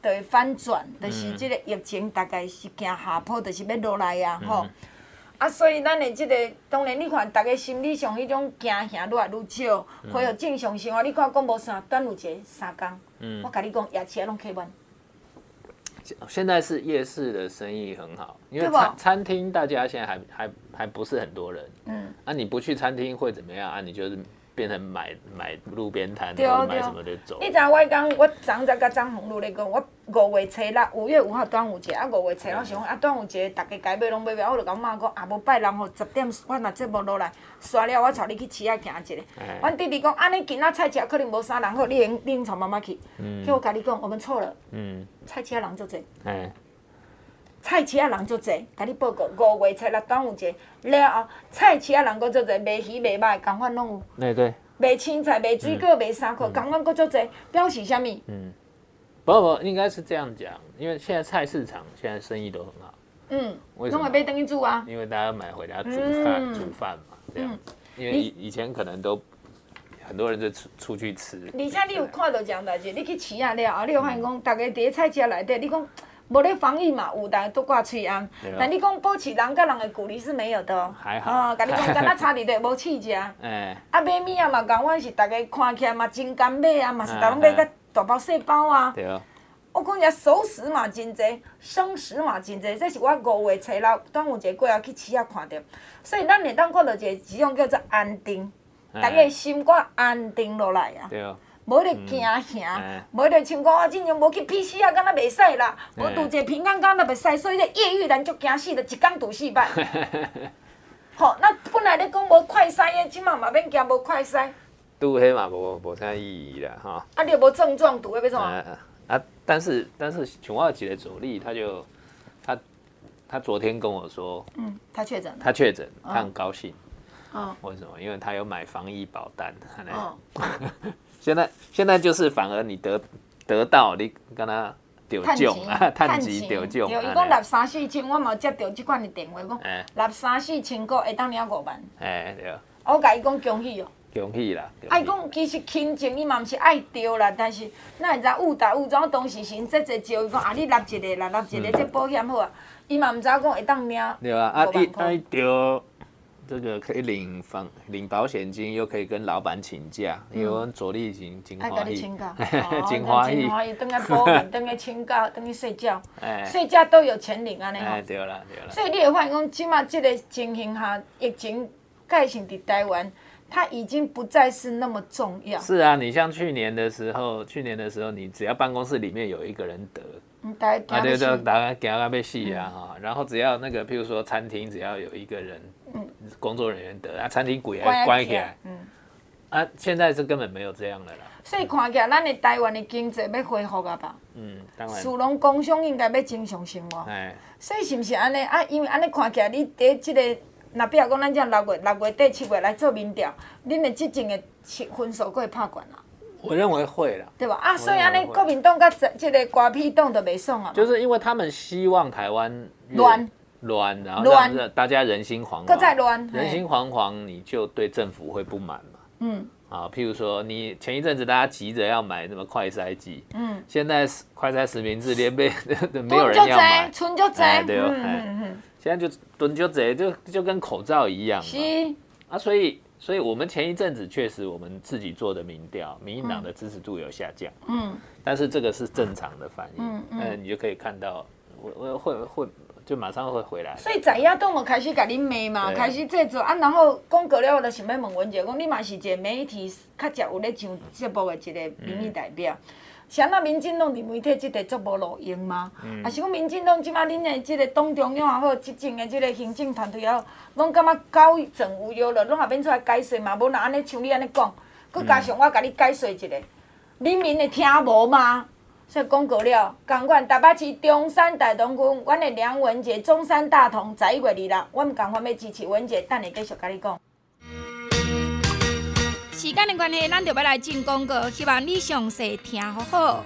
C: 就会反转，就是即个疫情大概是行下坡，就是要落来啊，吼、嗯。啊，所以咱的即、這个，当然你看，大家心理上迄种惊吓愈来愈少，恢复正常生活。你看，讲无啥，等有一个三工，嗯、我甲你讲，夜市拢客满。
D: 现在是夜市的生意很好，因为餐餐厅大家现在还还还不是很多人。嗯。啊，你不去餐厅会怎么样啊？你就是变成买买路边摊或者买什么就走。
C: 你知影我讲，我昨才甲张宏路咧讲，我五月初六、五月五号端午节，啊五月初我想讲啊端午节大家该买拢买买，我就甲我妈讲啊无拜人吼十点，我若节目落来，刷了我带你去市仔行一下。阮弟弟讲安尼今仔菜市可能无啥人好，你应你应带妈妈去。嗯。叫我甲你讲，我们错了。嗯。菜市仔人足济。哎。菜市仔人足济，甲你报告，五月初六端午节了后，菜市仔人阁足济，卖鱼卖肉共款拢有。
D: 对对。
C: 卖青菜、卖水果、卖衫裤，共款阁足济，表示啥物？
D: 嗯。不不，应该是这样讲，因为现在菜市场现在生意都很好。嗯。为什么？
C: 拢会买等去煮啊。
D: 因为大家买回家煮饭、煮饭嘛，这样。因为以以前可能都很多人就出出去吃。
C: 而且你有看到一样代志，你去市仔了后，你有发现讲，大家伫咧菜市内底，你讲。无咧防疫嘛，有但都挂喙红。但你讲保持人甲人的距离是没有的哦。
D: 还好。
C: 哦，甲你讲，敢若差伫咧无试食。哎。啊，买物啊嘛，共阮是大家看起来嘛真甘买啊，嘛是大拢买甲大包细包啊。
D: 对啊。
C: 我讲遮熟食嘛真济，生食嘛真济，这是我五月初六端午节过后去市仔看到，所以咱会当看到一个一种叫做安定，大家心肝安定落来啊。
D: 对啊。
C: 无咧惊吓，无咧像讲我真正无去 P C R， 敢若袂使啦，无拄一个平安敢若袂使，所以咧夜遇咱足惊死，着一工拄四摆。吼，那本来咧讲无快筛的，即马嘛免惊无快筛。
D: 拄迄嘛无无啥意义啦，吼。
C: 啊，你无症状拄迄要创？
D: 啊，但是但是像我有一个助理，他就他他昨天跟我说，
C: 嗯，他确诊。
D: 他确诊，他很高兴。哦。为什么？因为他有买防疫保单。哦。现在现在就是反而你得得到你跟他得奖啊，趁钱得奖。
C: 对，伊讲纳三四千，我嘛接到即款的电话，讲纳三四千个会当领五万。
D: 哎，对。
C: 我甲伊讲恭喜哦。
D: 恭喜啦！
C: 啊，伊讲其实亲情伊嘛毋是爱着啦，但是哪会知误打误撞，当时先这这招，伊讲啊，你纳一个啦，纳一个这保险好啊，伊嘛毋知讲会当领。
D: 对啊，啊伊啊伊着。这个可以领防领保险金，又可以跟老板请假，因为我们左力金金花艺，
C: 金花艺，金花艺，等下保眠，等下请假，等下睡觉，睡觉都有钱领安尼
D: 吼。对啦对啦。
C: 所以你会发现讲，即马这个情形下，疫情盖性伫台湾，它已经不再是那么重要。
D: 是啊，你像去年的时候，去年的时候，你只要办公室里面有一个人得。啊，对对，大家给他被戏啊哈，然后只要那个，譬如说餐厅，只要有一个人，嗯，工作人员得啊，餐厅鬼还关起来，嗯，啊，现在是根本没有这样的啦。
C: 所以看起来，咱的台湾的经济要恢复啊吧？
D: 嗯，当然。
C: 属农工商应该要正常生活。哎，所以是不是安尼啊？因为安尼看起来，你伫即个，若比如讲咱这六月、六月底、七月来做民调，恁的即种的分数佫会拍悬啊？
D: 我认为会啦，
C: 对吧？啊，所以安尼国民党甲这个瓜皮党都袂爽啊。
D: 就是因为他们希望台湾乱乱，然后让大家人心惶惶。
C: 搁再乱，
D: 人心惶惶，你就对政府会不满嘛。嗯。啊，譬如说，你前一阵子大家急着要买什么快筛剂，嗯，现在快筛实名制连被没有人要买，
C: 存就济，
D: 对哦，嗯嗯，现在就囤就济，就就跟口罩一样嘛。是。啊，所以。所以我们前一阵子确实我们自己做的民调，民进党的支持度有下降，嗯，但是这个是正常的反应，嗯嗯，你就可以看到，我我会会就马上会回来。
C: 所以在野党嘛开始甲恁骂嘛，开始制作啊，然后讲过了，我就想要问文姐，讲你嘛是一个媒体较常有咧上节目的一个民意代表。嗯，是安那民进党伫媒体即个足无路用吗？嗯、啊是讲民进党即马恁的即个党中央也好，执政的即个行政团队也好，拢感觉高枕无忧了，拢也免出来解说嘛，无若安尼像你安尼讲，佮加上我甲你解说一下，人民会听无吗？所以讲过了，共款台北市中山大同区，阮的梁文杰中山大同十一月二六，阮共款要支持文杰，等下继续甲你讲。
E: 时间的关系，咱就要来进广告，希望你详细听好好。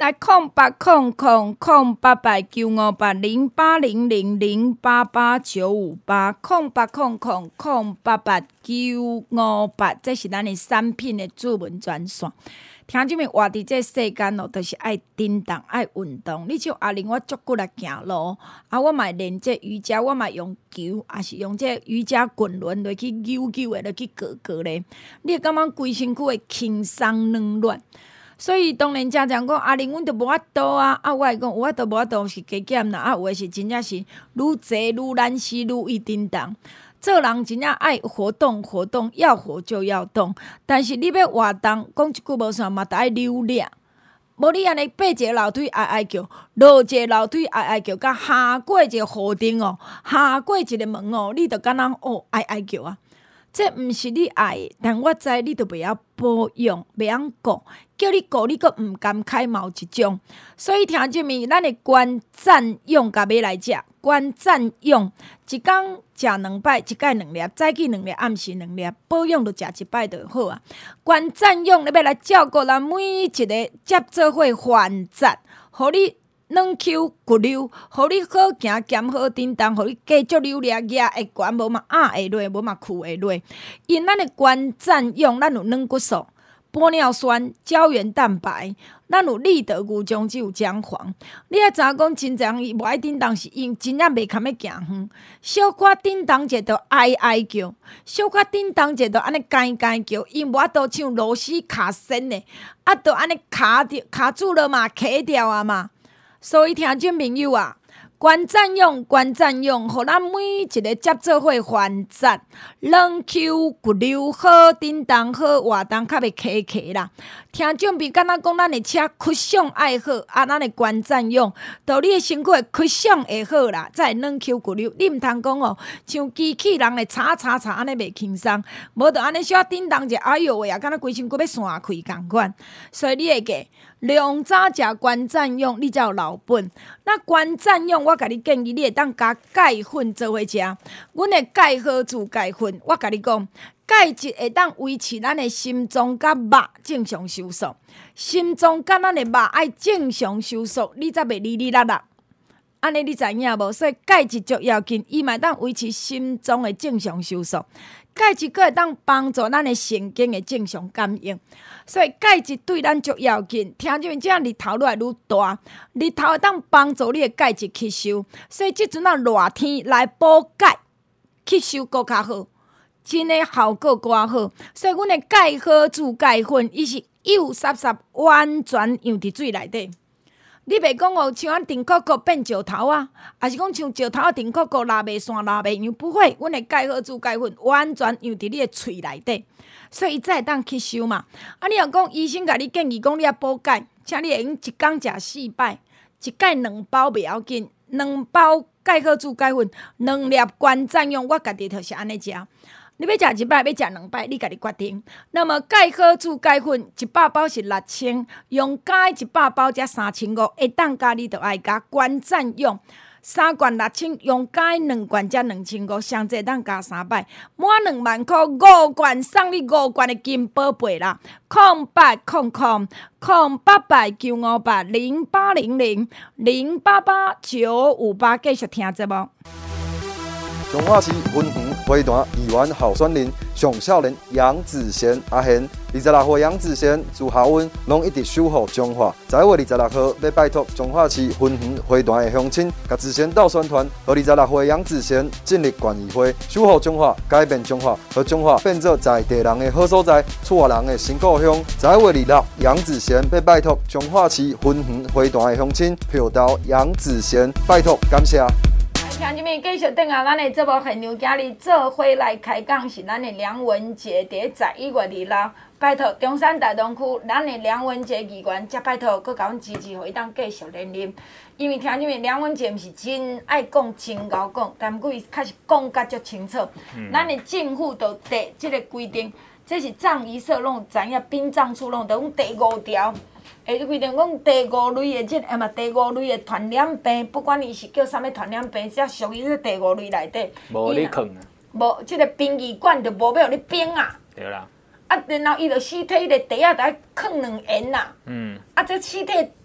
C: 来空八空空空八八九五八零八零零零八八九五八空八空空空八八九五八，这是咱的产品的主文专线。听这边活伫这世间咯，就是爱振动、爱运动。你像阿玲，我足骨来行路，啊，我嘛练这瑜伽，我嘛用球，也是用这瑜伽滚轮落去扭扭的，落去过过咧。你会感觉规身躯会轻松软软。所以当然家长讲阿玲，阮都无法度啊，啊，我会讲有法度无法度是加减啦，啊，有诶是真正是愈坐愈难死，愈易振动。做人真正爱活动活动，要活就要动。但是你要活动，讲一句无啥嘛，得爱溜俩。无你安尼爬一个楼梯哀哀叫，落一个楼梯哀哀叫，甲下过一个河顶哦，下过一个门哦，你着敢若哦哀哀叫啊！这毋是你爱的，但我知你着袂晓保养，袂晓顾，叫你顾你阁毋甘开毛一种。所以听这面，咱的关赞用甲要来食，关赞用一工食两摆，一摆两粒，早起两粒，暗时两粒，保养着食一摆就好啊。关赞用你要来照顾咱每一个接做伙还赞，互你软 Q 骨溜，互你好行减好振动，互你继续溜俩牙会悬，无嘛压会落，无嘛屈会落。因咱的关赞用，咱有软骨素、玻尿酸、胶原蛋白，咱有立德牛浆只有姜黄。你爱知影讲真侪人伊无爱振动，是因真正袂堪要行远，小可振动者就哀哀叫，小可振动者就安尼干干叫，因无法度像螺丝卡身的，啊，就安尼卡着卡住了嘛，卡掉啊嘛。所以听众朋友啊，关赞用关赞用，互咱每一个接做伙还赞，软 Q 骨溜好，振动好，活动较袂卡卡啦。听众朋友敢若讲咱的车曲项爱好，啊，咱的关赞用，就你的身躯的曲项会好啦，才会软 Q 骨溜。你毋通讲哦，像机器人的叉叉叉安尼袂轻松，无就安尼小振动者，哎哟喂啊，敢若规身躯要散开共款。所以你会记。量早食关赞用，你才有老本。那关赞用，我甲你建议，你会当加钙粉做伙食。阮的钙好处钙粉，我甲你讲，钙质会当维持咱的心脏甲肉正常收缩。心脏甲咱的肉爱正常收缩，你才袂哩哩啦啦。安尼你知影无？所以钙质足要紧，伊嘛当维持心脏的正常收缩。钙质佫会当帮助咱的神经的正常感应，所以钙质对咱足要紧。听见这样日头愈来愈大，日头会当帮助你的钙质吸收，所以即阵啊热天来补钙，吸收更较好，真的效果更好。所以阮的钙好注钙粉，伊是幼湿湿完全养伫水内底。你袂讲哦，像咱顶扣扣变石头啊，还是讲像石头啊顶扣扣拉袂散拉袂样？不会，阮的钙好注钙粉完全养伫你的喙内底，所以伊才会当吸收嘛。啊，你若讲医生甲你建议讲你要补钙，请你会用一工食四摆，一摆两包袂要紧，两包钙好注钙粉，两粒关赞用，我家己就是安尼食。你要食一摆，要食两摆，你家己决定。那么钙好注钙粉一百包是六千，用加一百包才三千五，会当加你就爱加关赞用。三罐六千，用加两罐才两千五，上济当加三摆，满两万块五罐送你五罐的金宝贝啦！空八空空空八八九五八零八零零零八八九五八，继续听节目。
G: 彰化市文园花坛议员候选人上少年杨子贤阿贤，二十六岁杨子贤自校运拢一直守护彰化。十一月二十六号要拜托彰化市文园花坛的乡亲，甲子贤到宣传，和二十六岁杨子贤进入县议会，守护彰化，改变彰化，和彰化变做在地人的好所在，厝外人的新故乡。十一月二六，杨子贤要拜托彰化市文园花坛的乡亲，票投杨子贤，拜托感谢。
C: 听这边继续等下，咱的节目现场今日做伙来开讲是咱的梁文杰，伫十一月二六，拜托中山大东区咱的梁文杰议员，才拜托佮甲阮支持，互伊当继续连任。因为听这边梁文杰毋是真爱讲真敖讲，但不过伊确实讲甲足清楚。嗯、咱的政府就第即个规定，这是葬仪社拢知影，殡葬处拢就讲第五条。会规定讲第五类的即个，嘛第五类的传染病，不管伊是叫啥物传染病，只属于这第五类内底。
D: 无你囥啊！
C: 无，即个殡仪馆就无要互你冰啊。
D: 对啦。
C: 啊，然后伊就尸体迄个地啊，得放两年啦。嗯。啊，这尸体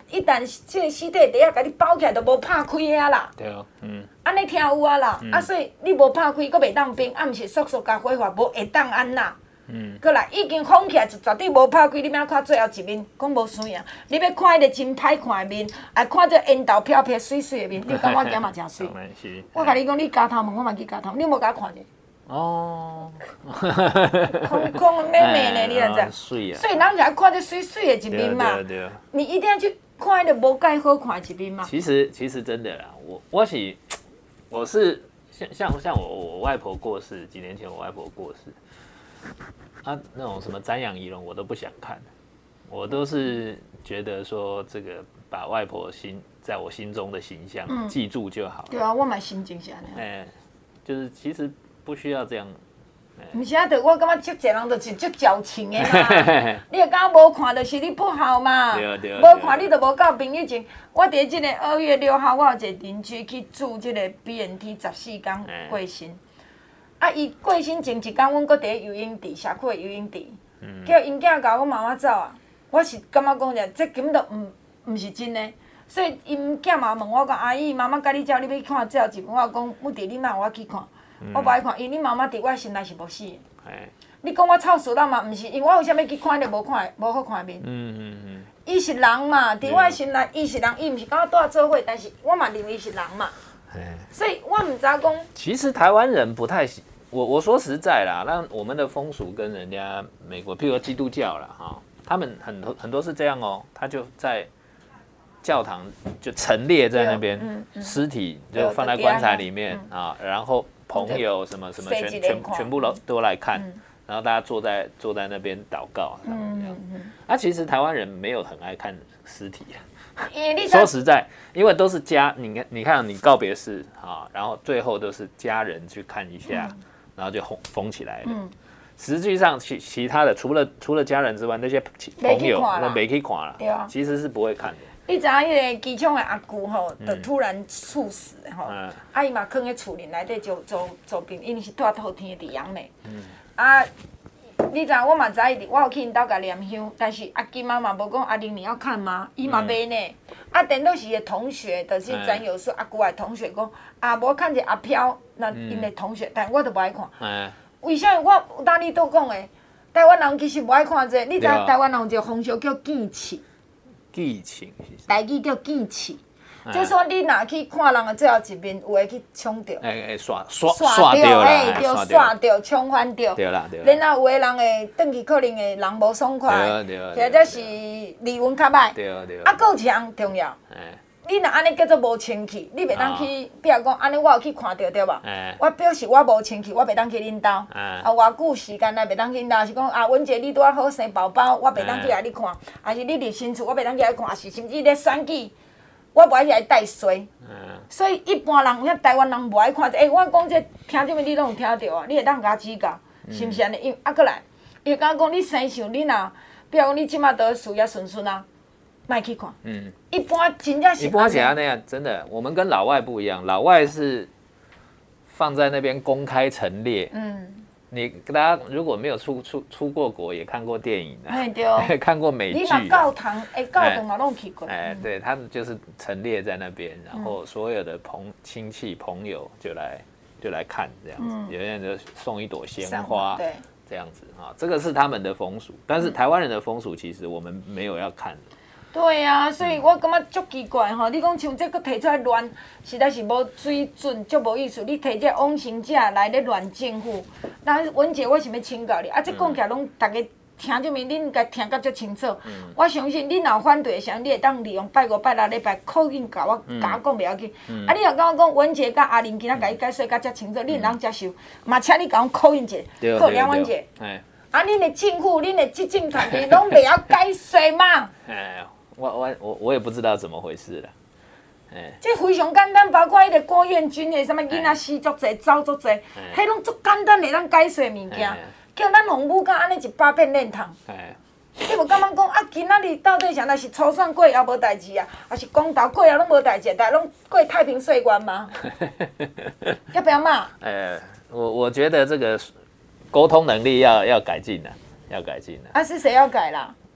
C: 一旦这个尸体底下甲你包起来，就无拍开啊啦。
D: 对哦，嗯，
C: 安尼听有啊啦，嗯、啊所以你无拍开，佫袂当冰，啊毋是速速甲火化，无会当安那。嗯。过来已经封起来，就绝对无拍开，你要看最后一面，讲无水啊！你要看迄个真歹看的面，啊看这烟豆飘飘水水的面，你感觉惊嘛真水。我甲你讲，你加头毛，我嘛去加头毛，你有无甲我看者？哦。空空的美美呢，你知影？
D: 水啊！
C: 所以人就要看这水水的一面嘛。
D: 对对。你
C: 一定要去看迄个无介好看的一面嘛。
D: 其实其实真的啦，我我是我是像像像我我外婆过世，几年前我外婆过世。啊，那种什么瞻仰仪容我都不想看，我都是觉得说这个把外婆心在我心中的形象、嗯、记住就好。
C: 对啊，我嘛心情是安尼。
D: 哎、欸，就是其实不需要这样。
C: 毋、欸、是啊，我感觉足侪人就是足矫情的啦。你若敢无看，就是你不好嘛。
D: 对对。
C: 无看你就无交朋友情。我伫即个二月六号，我有一个邻居去住即个 B N T 十四天过身。欸啊！伊过身前一天，阮搁伫咧游泳池，社区的游泳池，嗯、叫因囝甲阮妈妈走啊。我是感觉讲者，这根本就毋毋是真的。所以因囝嘛问我讲：“阿姨，妈妈甲你走，你要去看最后一部？”我讲：“母弟，你莫有我去看，嗯、我无爱看，因为你妈妈伫我心内是无死的。欸、你讲我臭死人嘛？毋是，因为我为啥物去看迄个无看无好看的面？嗯嗯嗯。伊是人嘛，伫我心内，伊是人，伊毋是甲我住做伙，但是我嘛认为伊是人嘛。所以我唔知讲，
D: 其实台湾人不太喜我我说实在啦，那我们的风俗跟人家美国，譬如说基督教啦，哈，他们很多很多是这样哦，他就在教堂就陈列在那边，嗯嗯、尸体就放在棺材里面、嗯、啊，然后朋友什么什么全全全部都都来看，嗯、然后大家坐在坐在那边祷告，这样。嗯嗯、啊，其实台湾人没有很爱看尸体啊。说实在，因为都是家，你看，你看，你告别式啊，然后最后都是家人去看一下，嗯、然后就封封起来了。嗯、实际上其其他的，除了除了家人之外，那些朋友那没去看了，啊、其实是不会看的。
C: 你知影迄个机场的阿姑吼，就突然猝死吼，嗯、啊伊嘛囥喺厝里内底做做做病，因为是住透天的阳美，嗯、啊。你知我嘛知伊，我有去因兜甲念香，但是阿金妈嘛无讲阿玲你要看吗？伊嘛袂呢。啊，等到是个同学，就是咱有说阿姑的同学讲，啊，无看见阿飘，那因的同学，但我都无爱看。嗯、为啥？我有当你都讲的，台湾人其实无爱看这個。你知台湾人有一个风俗叫见刺。
D: 见刺。
C: 台语叫见刺。就是说，你若去看人的最后一面，有会去冲着，
D: 哎哎刷刷刷掉啦，
C: 哎，就刷掉、冲翻掉，
D: 对啦对啦。
C: 然后有的人会转去，可能会人无爽快，或者是离婚较歹，
D: 对对。
C: 啊，搁有一项重要，你若安尼叫做无清气，你袂当去，比如讲安尼，我有去看到对无？我表示我无清气，我袂当去恁兜，啊，偌久时间内袂当去恁兜，是讲啊，文姐你拄啊好生宝宝，我袂当去来你看，还是你入新厝，我袂当去来看，还是甚至咧选举。我无爱去来带衰，嗯、所以一般人，遐台湾人无爱看这。哎、欸，我讲这听这么你拢有听到啊？你会当甲指教，嗯、是毋是安尼？因啊，过来，伊会讲讲你生想你若，比如讲你即马得事业顺顺啊，莫去看。嗯，一般真正是。
D: 一般是安尼啊，真的，我们跟老外不一样，老外是放在那边公开陈列。嗯。你大家如果没有出出出过国，也看过电影的、啊，对，看过美剧、啊。
C: 你嘛教堂，哎，教堂嘛拢去过。
D: 哎，对，他们就是陈列在那边，然后所有的朋亲戚朋友就来就来看这样子，嗯、有人就送一朵鲜花，对，这样子啊，这个是他们的风俗，但是台湾人的风俗其实我们没有要看的。
C: 对啊，所以我感觉足奇怪吼！你讲像这个提出来乱，实在是无水准，足无意思。你提这妄行者来咧乱政府，那文姐为什么请教你？啊，这讲起来拢大家听就明，恁该听甲足清楚。嗯、我相信你若反对的时候，你会当利用拜五拜六礼拜口音甲我甲我讲袂要紧。嗯、啊，你若甲我讲文姐甲阿玲今仔甲伊解说甲遮清楚，你会当接受？嘛，请你甲我口音一下，口音文姐。啊，恁的政府、恁的执政团队拢袂晓解说嘛？
D: 我我我我也不知道怎么回事了，哎，
C: 这非常简单，包括迄个郭彦军的什么囡仔死足济、走足济，迄拢足简单的咱解说物件，叫咱父母甲安尼一百遍练通。你无感觉讲啊？今仔日到底啥？若是初选过后无代志啊，还是公投过后拢无代志，但拢过太平岁月吗？要不要骂？
D: 呃，我我觉得这个沟通能力要要改进的，要改进的。
C: 啊，是谁要改啦？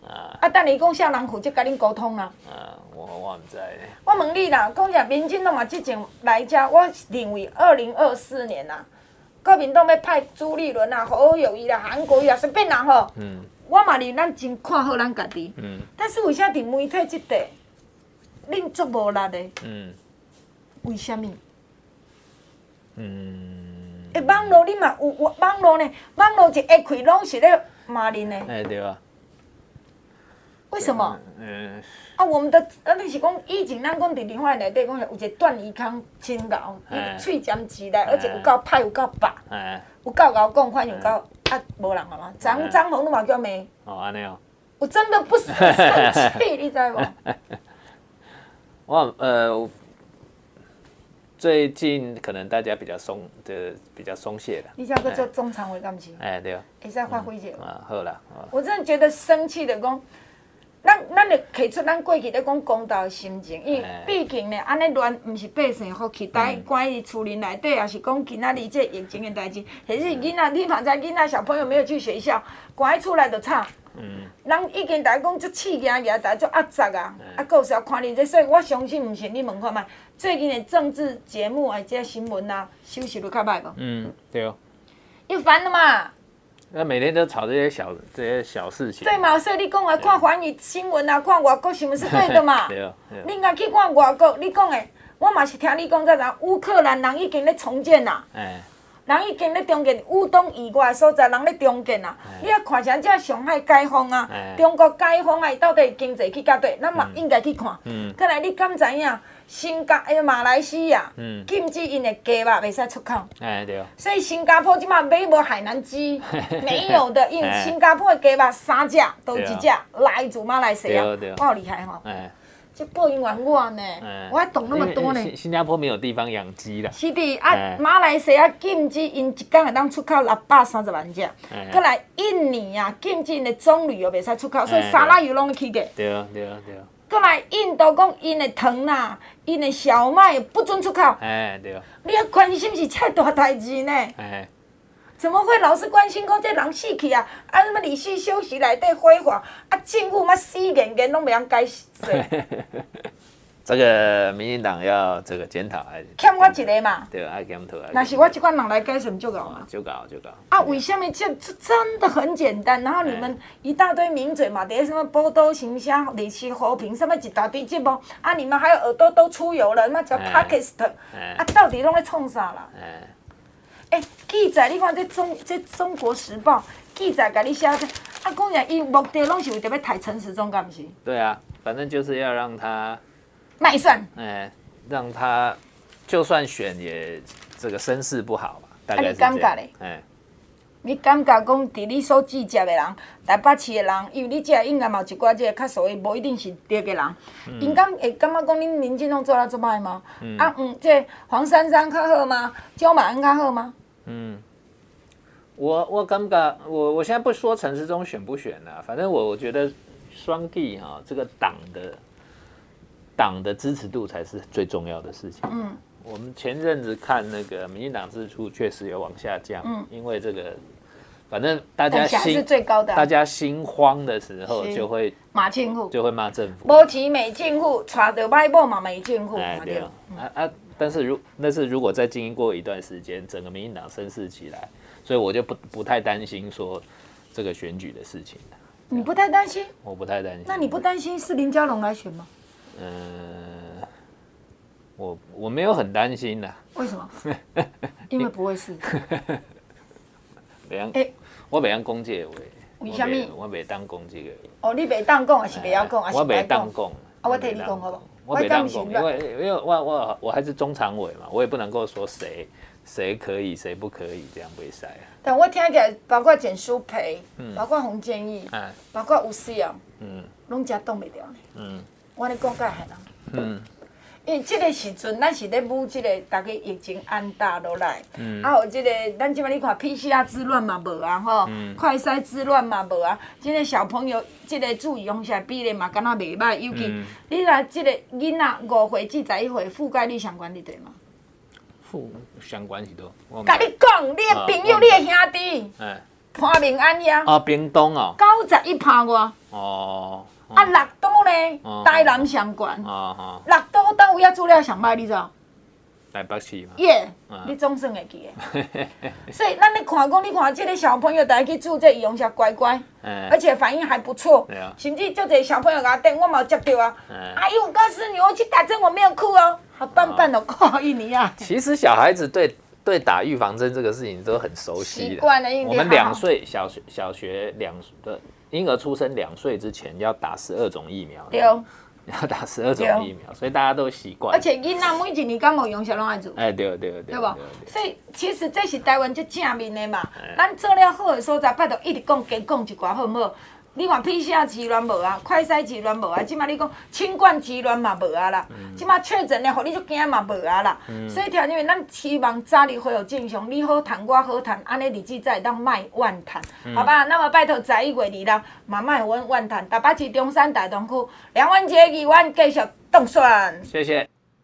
C: 啊，啊，等你讲啥人负责甲恁沟通啦？
D: 啊，我我唔知呢。
C: 我问你啦，讲者民进党嘛，之前来遮，我认为二零二四年啦，国民党要派朱立伦啊、侯友宜啦、韩国瑜啊，随便人吼。嗯。我嘛是咱真看好咱家己。嗯。但是为啥伫媒体即块，恁足无力的？嗯。为虾米？嗯。诶，网络你嘛有网络呢？网络一下开拢是咧骂人呢。
D: 哎，对啊。
C: 为什么？嗯。啊，我们的啊，你是讲以前咱讲伫电话内底讲有一个段宜康真咬，伊喙尖直来，而且有够歹有够白，有够敖讲款有够啊，无人好吗？张张宏都嘛叫骂。
D: 哦，安尼哦。
C: 我真的不生气，你知无？
D: 我呃，最近可能大家比较松的比较松懈了。
C: 你叫个做中常委干不起？
D: 哎，对啊。
C: 会使发挥一下。
D: 啊，好啦。
C: 我真的觉得生气的讲。咱咱就提出咱过去咧讲公道的心情，因为毕竟呢，安尼乱毋是百姓好期待，关于厝里内底也是讲今仔日这疫情的代志，或是囡仔你嘛知囡仔小朋友没有去学校，关喺厝内就吵。嗯。人已经大家讲足气压压，大家足压榨啊，啊，够是要看你这，所以我相信毋是你问看觅，最近的政治节目啊，这新闻啊，收视率较歹无？
D: 嗯，对哦。
C: 又烦了嘛。
D: 那每天都吵这些小这些小事情。
C: 对嘛，所以你讲啊，看环宇新闻啊，看外国新闻是对的嘛。
D: 对啊。
C: 你应该去看外国，你讲的，我嘛是听你讲在啥？乌克兰人已经咧重建啦。哎。人已经咧重建，乌东以外的所在人咧重建啦。你啊看像这上海解放啊，中国解放啊，到底经济去到底，咱嘛应该去看。嗯。再来，你敢知影？新加哎马来西亚禁止因的鸡肉袂使出口。
D: 哎对。
C: 所以新加坡即马买无海南鸡，没有的，因为新加坡的鸡肉三只都一只来自马来西亚，我好厉害吼。哎。这报应完我呢，我还懂那么多呢。
D: 新加坡没有地方养鸡啦。
C: 是的啊，马来西亚禁止因一天会当出口六百三十万只，再来印尼啊禁止因的棕榈油袂使出口，所以沙拉油拢会起价。
D: 对啊对啊对啊。
C: 再来，印度讲因的糖啦，因的小麦不准出口。哎，
D: 对。
C: 你要关心是这大代志呢？哎。怎么会老是关心讲这人死去啊？啊什么李氏休息内底挥霍，啊政府嘛死严严拢袂晓解释。
D: 这个民进党要这个检讨还是？
C: 欠我一个嘛。
D: 对，爱检讨。
C: 那是我这款人来解释就搞嘛。
D: 就搞就搞。
C: 啊，为什么这这真的很简单？然后你们一大堆名嘴嘛，伫什么波多行销、李氏和平，什么一大堆节目啊，你们还有耳朵都出油了，那叫 Podcast， 啊，到底拢在创啥啦？哎，记者，你看这中这中国时报记者甲你写的，啊，讲呀，伊目的拢是为着要抬陈时中，敢不是？
D: 对啊，反正就是要让他。
C: 卖算，
D: 哎，让他就算选也这个声势不好吧，大概是这样。
C: 啊，你感觉嘞？哎，你感觉讲，伫你所记者的人，台北市的人，因为你这应该嘛有一寡这个较所谓无一定是对的人，因敢会感觉讲恁民进党做得这么歹吗？啊，嗯，这黄珊珊较好吗？焦马恩较好吗？
D: 嗯，我我感觉，我我现在不说陈时中选不选了，反正我我觉得双帝哈这个党的。党的支持度才是最重要的事情。嗯，我们前阵子看那个民进党支持度确实有往下降，嗯，因为这个，反正大家心
C: 是最高的、啊，
D: 大家心慌的时候就会
C: 骂政府，
D: 就会骂政府，
C: 无钱骂政府，揣着歹某嘛骂政府，
D: 哎对啊，嗯、啊啊！但是如那是如果再经过一段时间，整个民进党声势起来，所以我就不不太担心说这个选举的事情。
C: 你不太担心？
D: 我不太担心。
C: 那你不担心是林佳龙来选吗？
D: 嗯，我我没有很担心啦。
C: 为什么？因为不会是。
D: 袂晓，欸、我袂晓讲这个话。
C: 为什么？
D: 我袂当讲这个。
C: 哦，你袂当讲，还是袂晓讲，还是
D: 我袂当讲。
C: 啊，我替你讲好不好？
D: 我袂当讲，因为因为我我我还是中常委嘛，我也不能够说谁谁可以，谁不可以，这样袂使啊。
C: 但我听起来，包括简书培，嗯、包括洪建义，嗯、包括吴思瑶，嗯，拢真挡袂掉呢。嗯，我咧讲甲害人。嗯。因为这个时阵，咱是咧舞这个大家疫情安大落来，嗯、啊，有这个咱即摆你看 P C R 之乱嘛无啊吼，嗯、快筛之乱嘛无啊，这个小朋友这个注意用起来比例嘛敢若袂歹，尤其、嗯、你若这个囡仔五岁至十一岁覆盖率相关你对吗？
D: 覆相关是多。
C: 甲你讲，你的朋友，啊、你的兄弟，哎，潘明安遐。
D: 啊，屏东哦。
C: 九十一趴外。
D: 哦。
C: 啊，六都呢，
D: 哦
C: 台南上悬，
D: 哦哦，
C: 六都倒位啊资料上歹，你知道？
D: 台北市嘛。
C: 耶，
D: 嗯
C: 你总算会记的。所以咱咧看讲，你看这个小朋友，大家去住这仪容下乖乖，
D: 嗯
C: 而且反应还不错
D: 对啊，
C: 甚至就这小朋友给我电，我嘛有接到啊。
D: 嗯
C: 阿姨，我告诉你，我去打针，我没有哭哦，好棒棒的，靠一你啊！
D: 其实小孩子对对打预防针这个事情都很熟悉
C: 习
D: 的。
C: 惯了一定
D: 我们
C: 好
D: 两岁小学小学两的婴儿出生两岁之前要打十二种疫苗。
C: 对，
D: 要打十二种疫苗，所以大家都习惯。
C: 而且囡仔每一年敢无用小拢爱做。
D: 哎，对对对，
C: 对无？所以其实这是台湾最正面的嘛。咱做了好的所在，拜托一直讲加讲一寡好唔好？你看 P C R 治疗无啊，快筛治疗无啊，即马你讲新冠治疗嘛无啊啦，即马确诊了，互你就惊嘛无啊啦。所以条件咱希望早日恢复正常，你好谈我好谈，安尼日子才会当卖万谈，好吧？那么拜托十一月二日慢慢阮万谈，台北市中山大同区梁文杰议员继续当选。
D: 谢谢。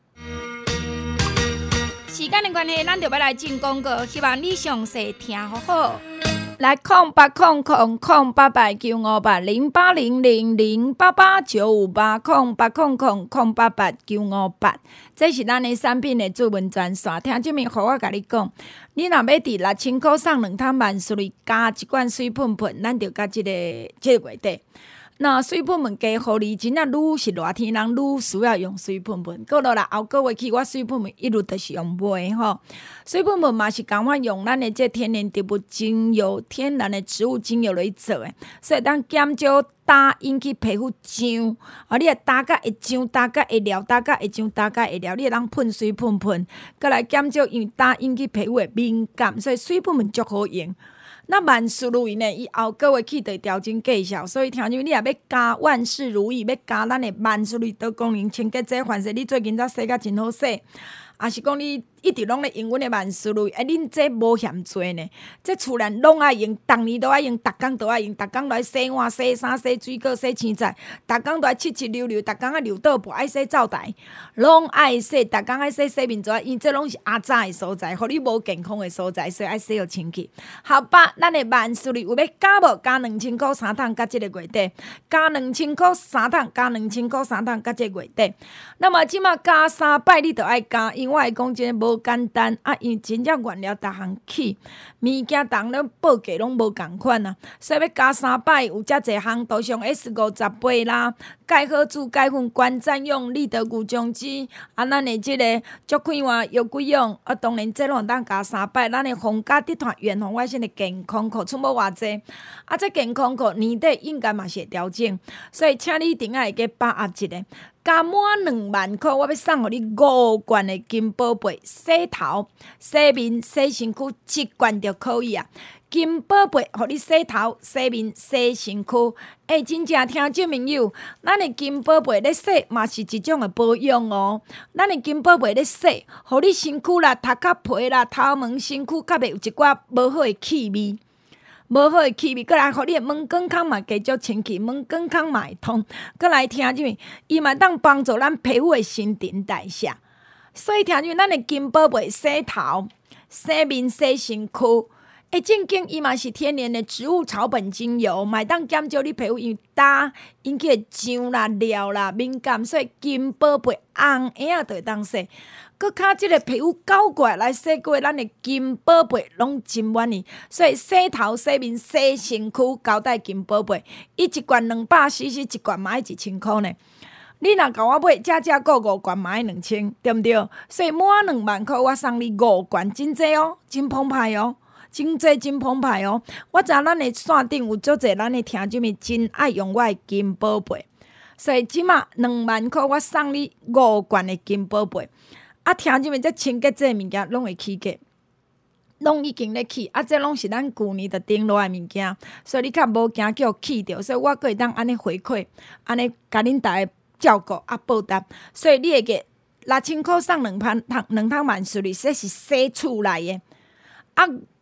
E: 时间的关系，咱就要来进广告，希望你详细听好好。
C: 来空八空空空八八九五八零八零零零八八九五八空八空空空八八九五八，这是咱的产品的主文专线。听这面，互我甲你讲，你若要伫六千块送两桶万事瑞加一罐水喷喷，咱就甲即、這个即、這个月底。那水喷喷加互你，真正愈是热天人愈需要用水喷喷。过落来后个月起，我水喷喷一律都是用卖吼。水喷喷嘛是共款用咱的这天然植物精油、天然的植物精油来做的，所以当减少打引起皮肤痒，啊，你啊打甲会痒，打甲会了，打甲会痒，打甲会了，你会当喷水喷喷，过来减少因为打引起皮肤的敏感，所以水喷喷足好用。那万事如意呢？伊后个月起就调整绩效，所以听讲你若要加万事如意，要加咱的万事如意多功能清洁剂，凡是你最近才洗甲真好洗，也是讲你一直拢咧用阮的万事如意，哎，恁这无嫌多呢？这厝内拢爱用，逐年都爱用，逐工都爱用，逐工都爱洗碗、洗衫、洗水果、洗青菜，逐工都爱七七溜溜，逐工爱溜倒步，爱洗灶台，拢爱洗，逐工爱洗洗面纸，因这拢是阿早的所在，互你无健康的所在，所以爱洗互清气。好吧，咱的万事如意有要加无？加两千块三桶，甲即个月底，加两千块三桶，加两千块三桶，甲即个月底。那么即马加三摆，你就爱加，因为我会讲真无简单啊，因真正原料逐项起，物件当咧报价拢无共款啊，所以要加三摆有遮侪项，图上 S 五十八啦，钙好珠钙粉罐占用利得谷酱汁，啊，咱的即个足快活药几用，啊，当然这拢当加三摆，咱的皇家集团元红外线的健康课出无偌济，啊，这健康课年底应该嘛是会调整，所以请你一定要会给把握一下。加满两万块，我要送互你五罐的金宝贝洗头、洗面、洗身躯，一罐就可以啊。金宝贝，互你洗头、洗面、洗身躯。哎、欸，真正听众朋友，咱的金宝贝咧洗嘛是一种的保养哦。咱的金宝贝咧洗，互你身躯啦、头壳皮啦、头毛、身躯较袂有一寡无好的气味。无好的气味，过来，互你的毛管孔嘛继续清气，毛管孔嘛会通。过来听什么？伊嘛当帮助咱皮肤的新陈代谢。所以听什么？咱的金宝贝洗头、洗面、洗身躯，诶，正经伊嘛是天然的植物草本精油，嘛当减少你皮肤因为打引起的痒啦、撩啦、敏感，所以金宝贝红影就会当洗。搁较即个皮肤搞过来来洗过，咱的金宝贝拢真满意，所以洗头、洗面、洗身躯，交代金宝贝，伊一罐两百 C C， 一罐嘛要一千箍呢。你若甲我买，加加购五罐嘛要两千，对毋对？所以满两万箍，我送你五罐，真济哦，真澎湃哦，真济真澎湃哦。我知咱的线顶有足济咱的听众们真爱用我的金宝贝，所以即马两万箍，我送你五罐的金宝贝。啊，听众们，这清洁剂物件拢会起价，拢已经咧起，啊，这拢是咱旧年就订落来物件，所以你较无惊叫起着，所以我可会当安尼回馈，安尼甲恁大家照顾啊报答，所以你会记六千箍送两盘桶两桶万事瑞，这是洗厝内的。啊，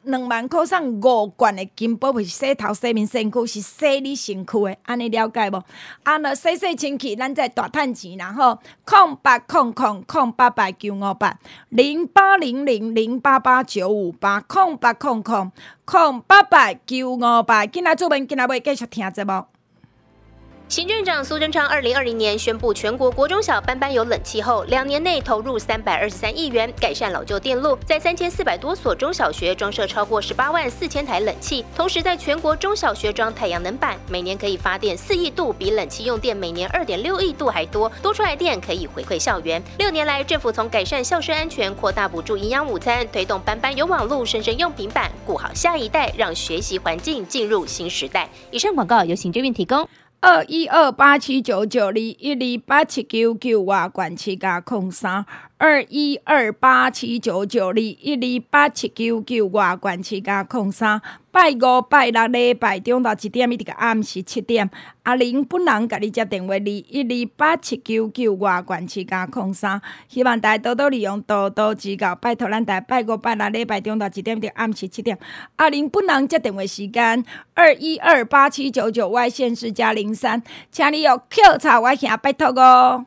C: 两万块送五罐的金宝贝，洗头、洗面、身躯是洗你身躯的，安尼了解无？啊，若洗洗清气，咱再大趁钱啦吼！空八空空空八八九五八零八零零零八八九五八空八空空空八八九五八，今仔主文今仔要继续听节目。
H: 行政长苏贞昌二零二零年宣布全国国中小班班有冷气后，两年内投入三百二十三亿元改善老旧电路，在三千四百多所中小学装设超过十八万四千台冷气，同时在全国中小学装太阳能板，每年可以发电四亿度，比冷气用电每年二点六亿度还多，多出来电可以回馈校园。六年来，政府从改善校舍安全、扩大补助营养午餐，推动班班有网路、生生用平板，顾好下一代，让学习环境进入新时代。以上广告由行政院提供。
C: 二一二八七九九二一二八七九九外管七加空三二一二八七九九二一二八七九九外管七加空三拜五拜六礼拜中到一点一直到暗时七点，阿玲本人甲你接电话二一二八七九九外管七加空三，希望大家多多利用，多多指教，拜托咱大家拜五拜六礼拜中到一点一直到暗时七点，阿玲本人接电话时间二一二八七九九外线是加零三，请你用口罩外线拜托哦。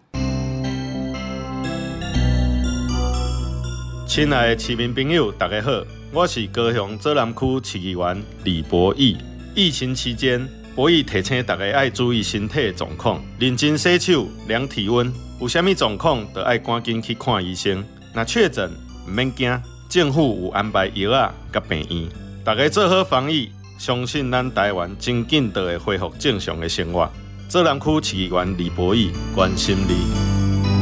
I: 亲爱的市民朋友，大家好，我是高雄左南区市议员李博义。疫情期间，博义提醒大家爱注意身体状况，认真洗手、量体温，有啥物状况就爱赶紧去看医生。若确诊，唔免惊，政府有安排药啊甲病院。大家做好防疫，相信咱台湾真紧就会恢复正常的生活。左南区市议员李博义关心你。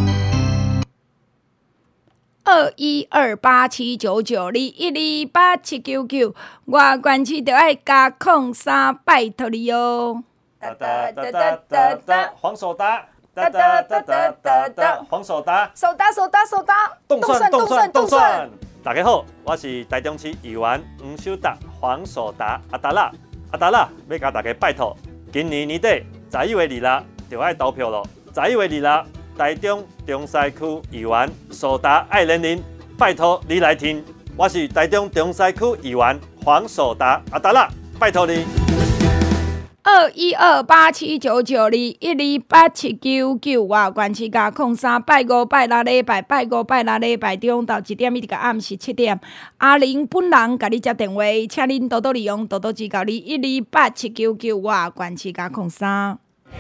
C: 二一二八七九九二一二八七九九，外管区就爱加空三，拜托你哦。
J: 哒哒哒哒哒哒，黄手打，哒哒哒哒哒哒，黄手打，
C: 手打手打手打，
J: 动算动算动算。大家好，我是台中市议员黄守达，黄手打阿达拉阿达拉，要甲大家拜托，今年年底十一月二日就爱投票咯，十一月二日。台中中西区议员守达爱人人，拜托你来听，我是台中中西区议员黄守达阿达拉，拜托你。
C: 二一二八七九九二一二八七九九外关区加空三拜五拜六礼拜拜五拜六礼拜中到一点一直到暗时七点，阿玲本人甲你接电话，请恁多多利用，多多指教你一二八七九九外关区加空三。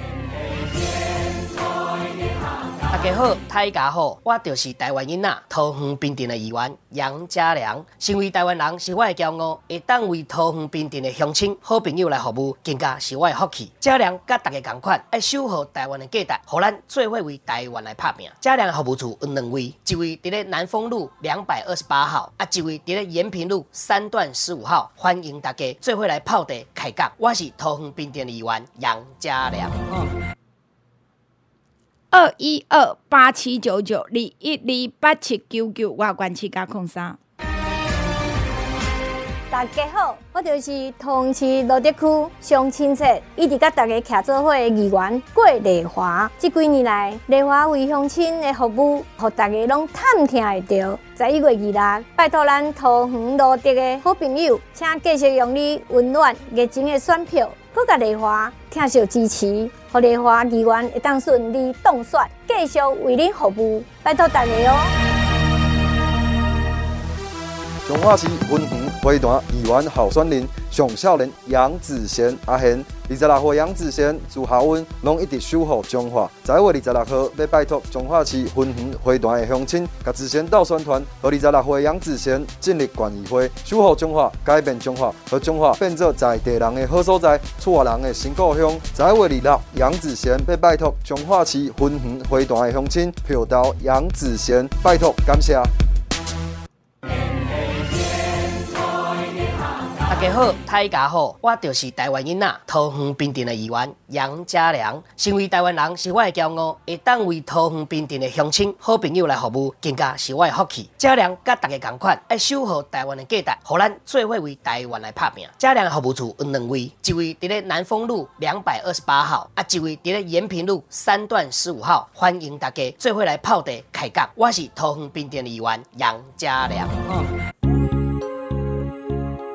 K: 大家好，大家好，我就是台湾囡仔桃园滨镇的议员杨家良。身为台湾人是我的骄傲，会当为桃园滨镇的乡亲、好朋友来服务，更加是我的福气。家良甲大家同款，爱守护台湾的价值，互咱做伙为台湾来拍拼。家良的服务处有两位，一位伫咧南丰路两百二十八号，啊，一位伫咧延平路三段十五号。欢迎大家做伙来泡茶开讲。我是桃园滨镇的议员杨家良。嗯
C: 二一二八七九九二一二八七九九外关区加空三。
L: 大家好，我就是桃园市罗德区上亲切，一直甲大家徛做伙的议员郭丽华。这几年来，丽华为乡亲的服务，互大家拢探听会到。十一月二日，拜托咱桃园罗德的好朋友，请继续用你温暖热情的选票，搁甲丽华听受支持，互丽华议员会当顺利当选，继续为您服务。拜托大家哦。
G: 彰化市文园花坛议员候选人上少年杨子贤阿贤，二十六岁杨子贤自校运拢一直守护彰化。十一月二十六号要拜托彰化市文园花坛的乡亲，甲子贤到宣传，和二十六岁杨子贤进入县议会，守护彰化，改变彰化，和彰化变做在地人的好所在，厝人的新故乡。十一月二六，杨子贤要拜托彰化市文园花坛的乡亲，票投杨子贤，拜托感谢。
K: 大家好，大家好，我就是台湾囡仔桃园滨镇的议员杨家良。身为台湾人是我的骄傲，会当为桃园滨镇的乡亲、好朋友来服务，更加是我的福气。家良甲大家同款，爱守护台湾的价值，互咱做伙为台湾来拍拼。家良的服务处有两位，一位伫咧南丰路两百二十八号，啊，一位伫咧延平路三段十五号。欢迎大家做伙来泡茶开讲。我是桃园滨镇的议员杨家良。嗯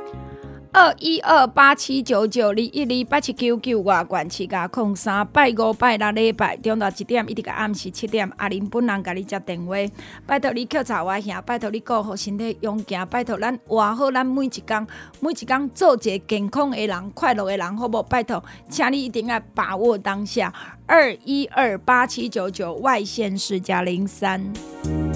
C: 二一二八七九九二一二八七九九外管市加空三拜五拜六礼拜中昼一点一直到暗时七点，阿玲本人甲你接电话，拜托你捡查我兄，拜托你顾好身体勇健，拜托咱活好咱每一天，每一天做一个健康的人、快乐的人，好不好？拜托，请你一定要把握当下。二一二八七九九外县市加零三。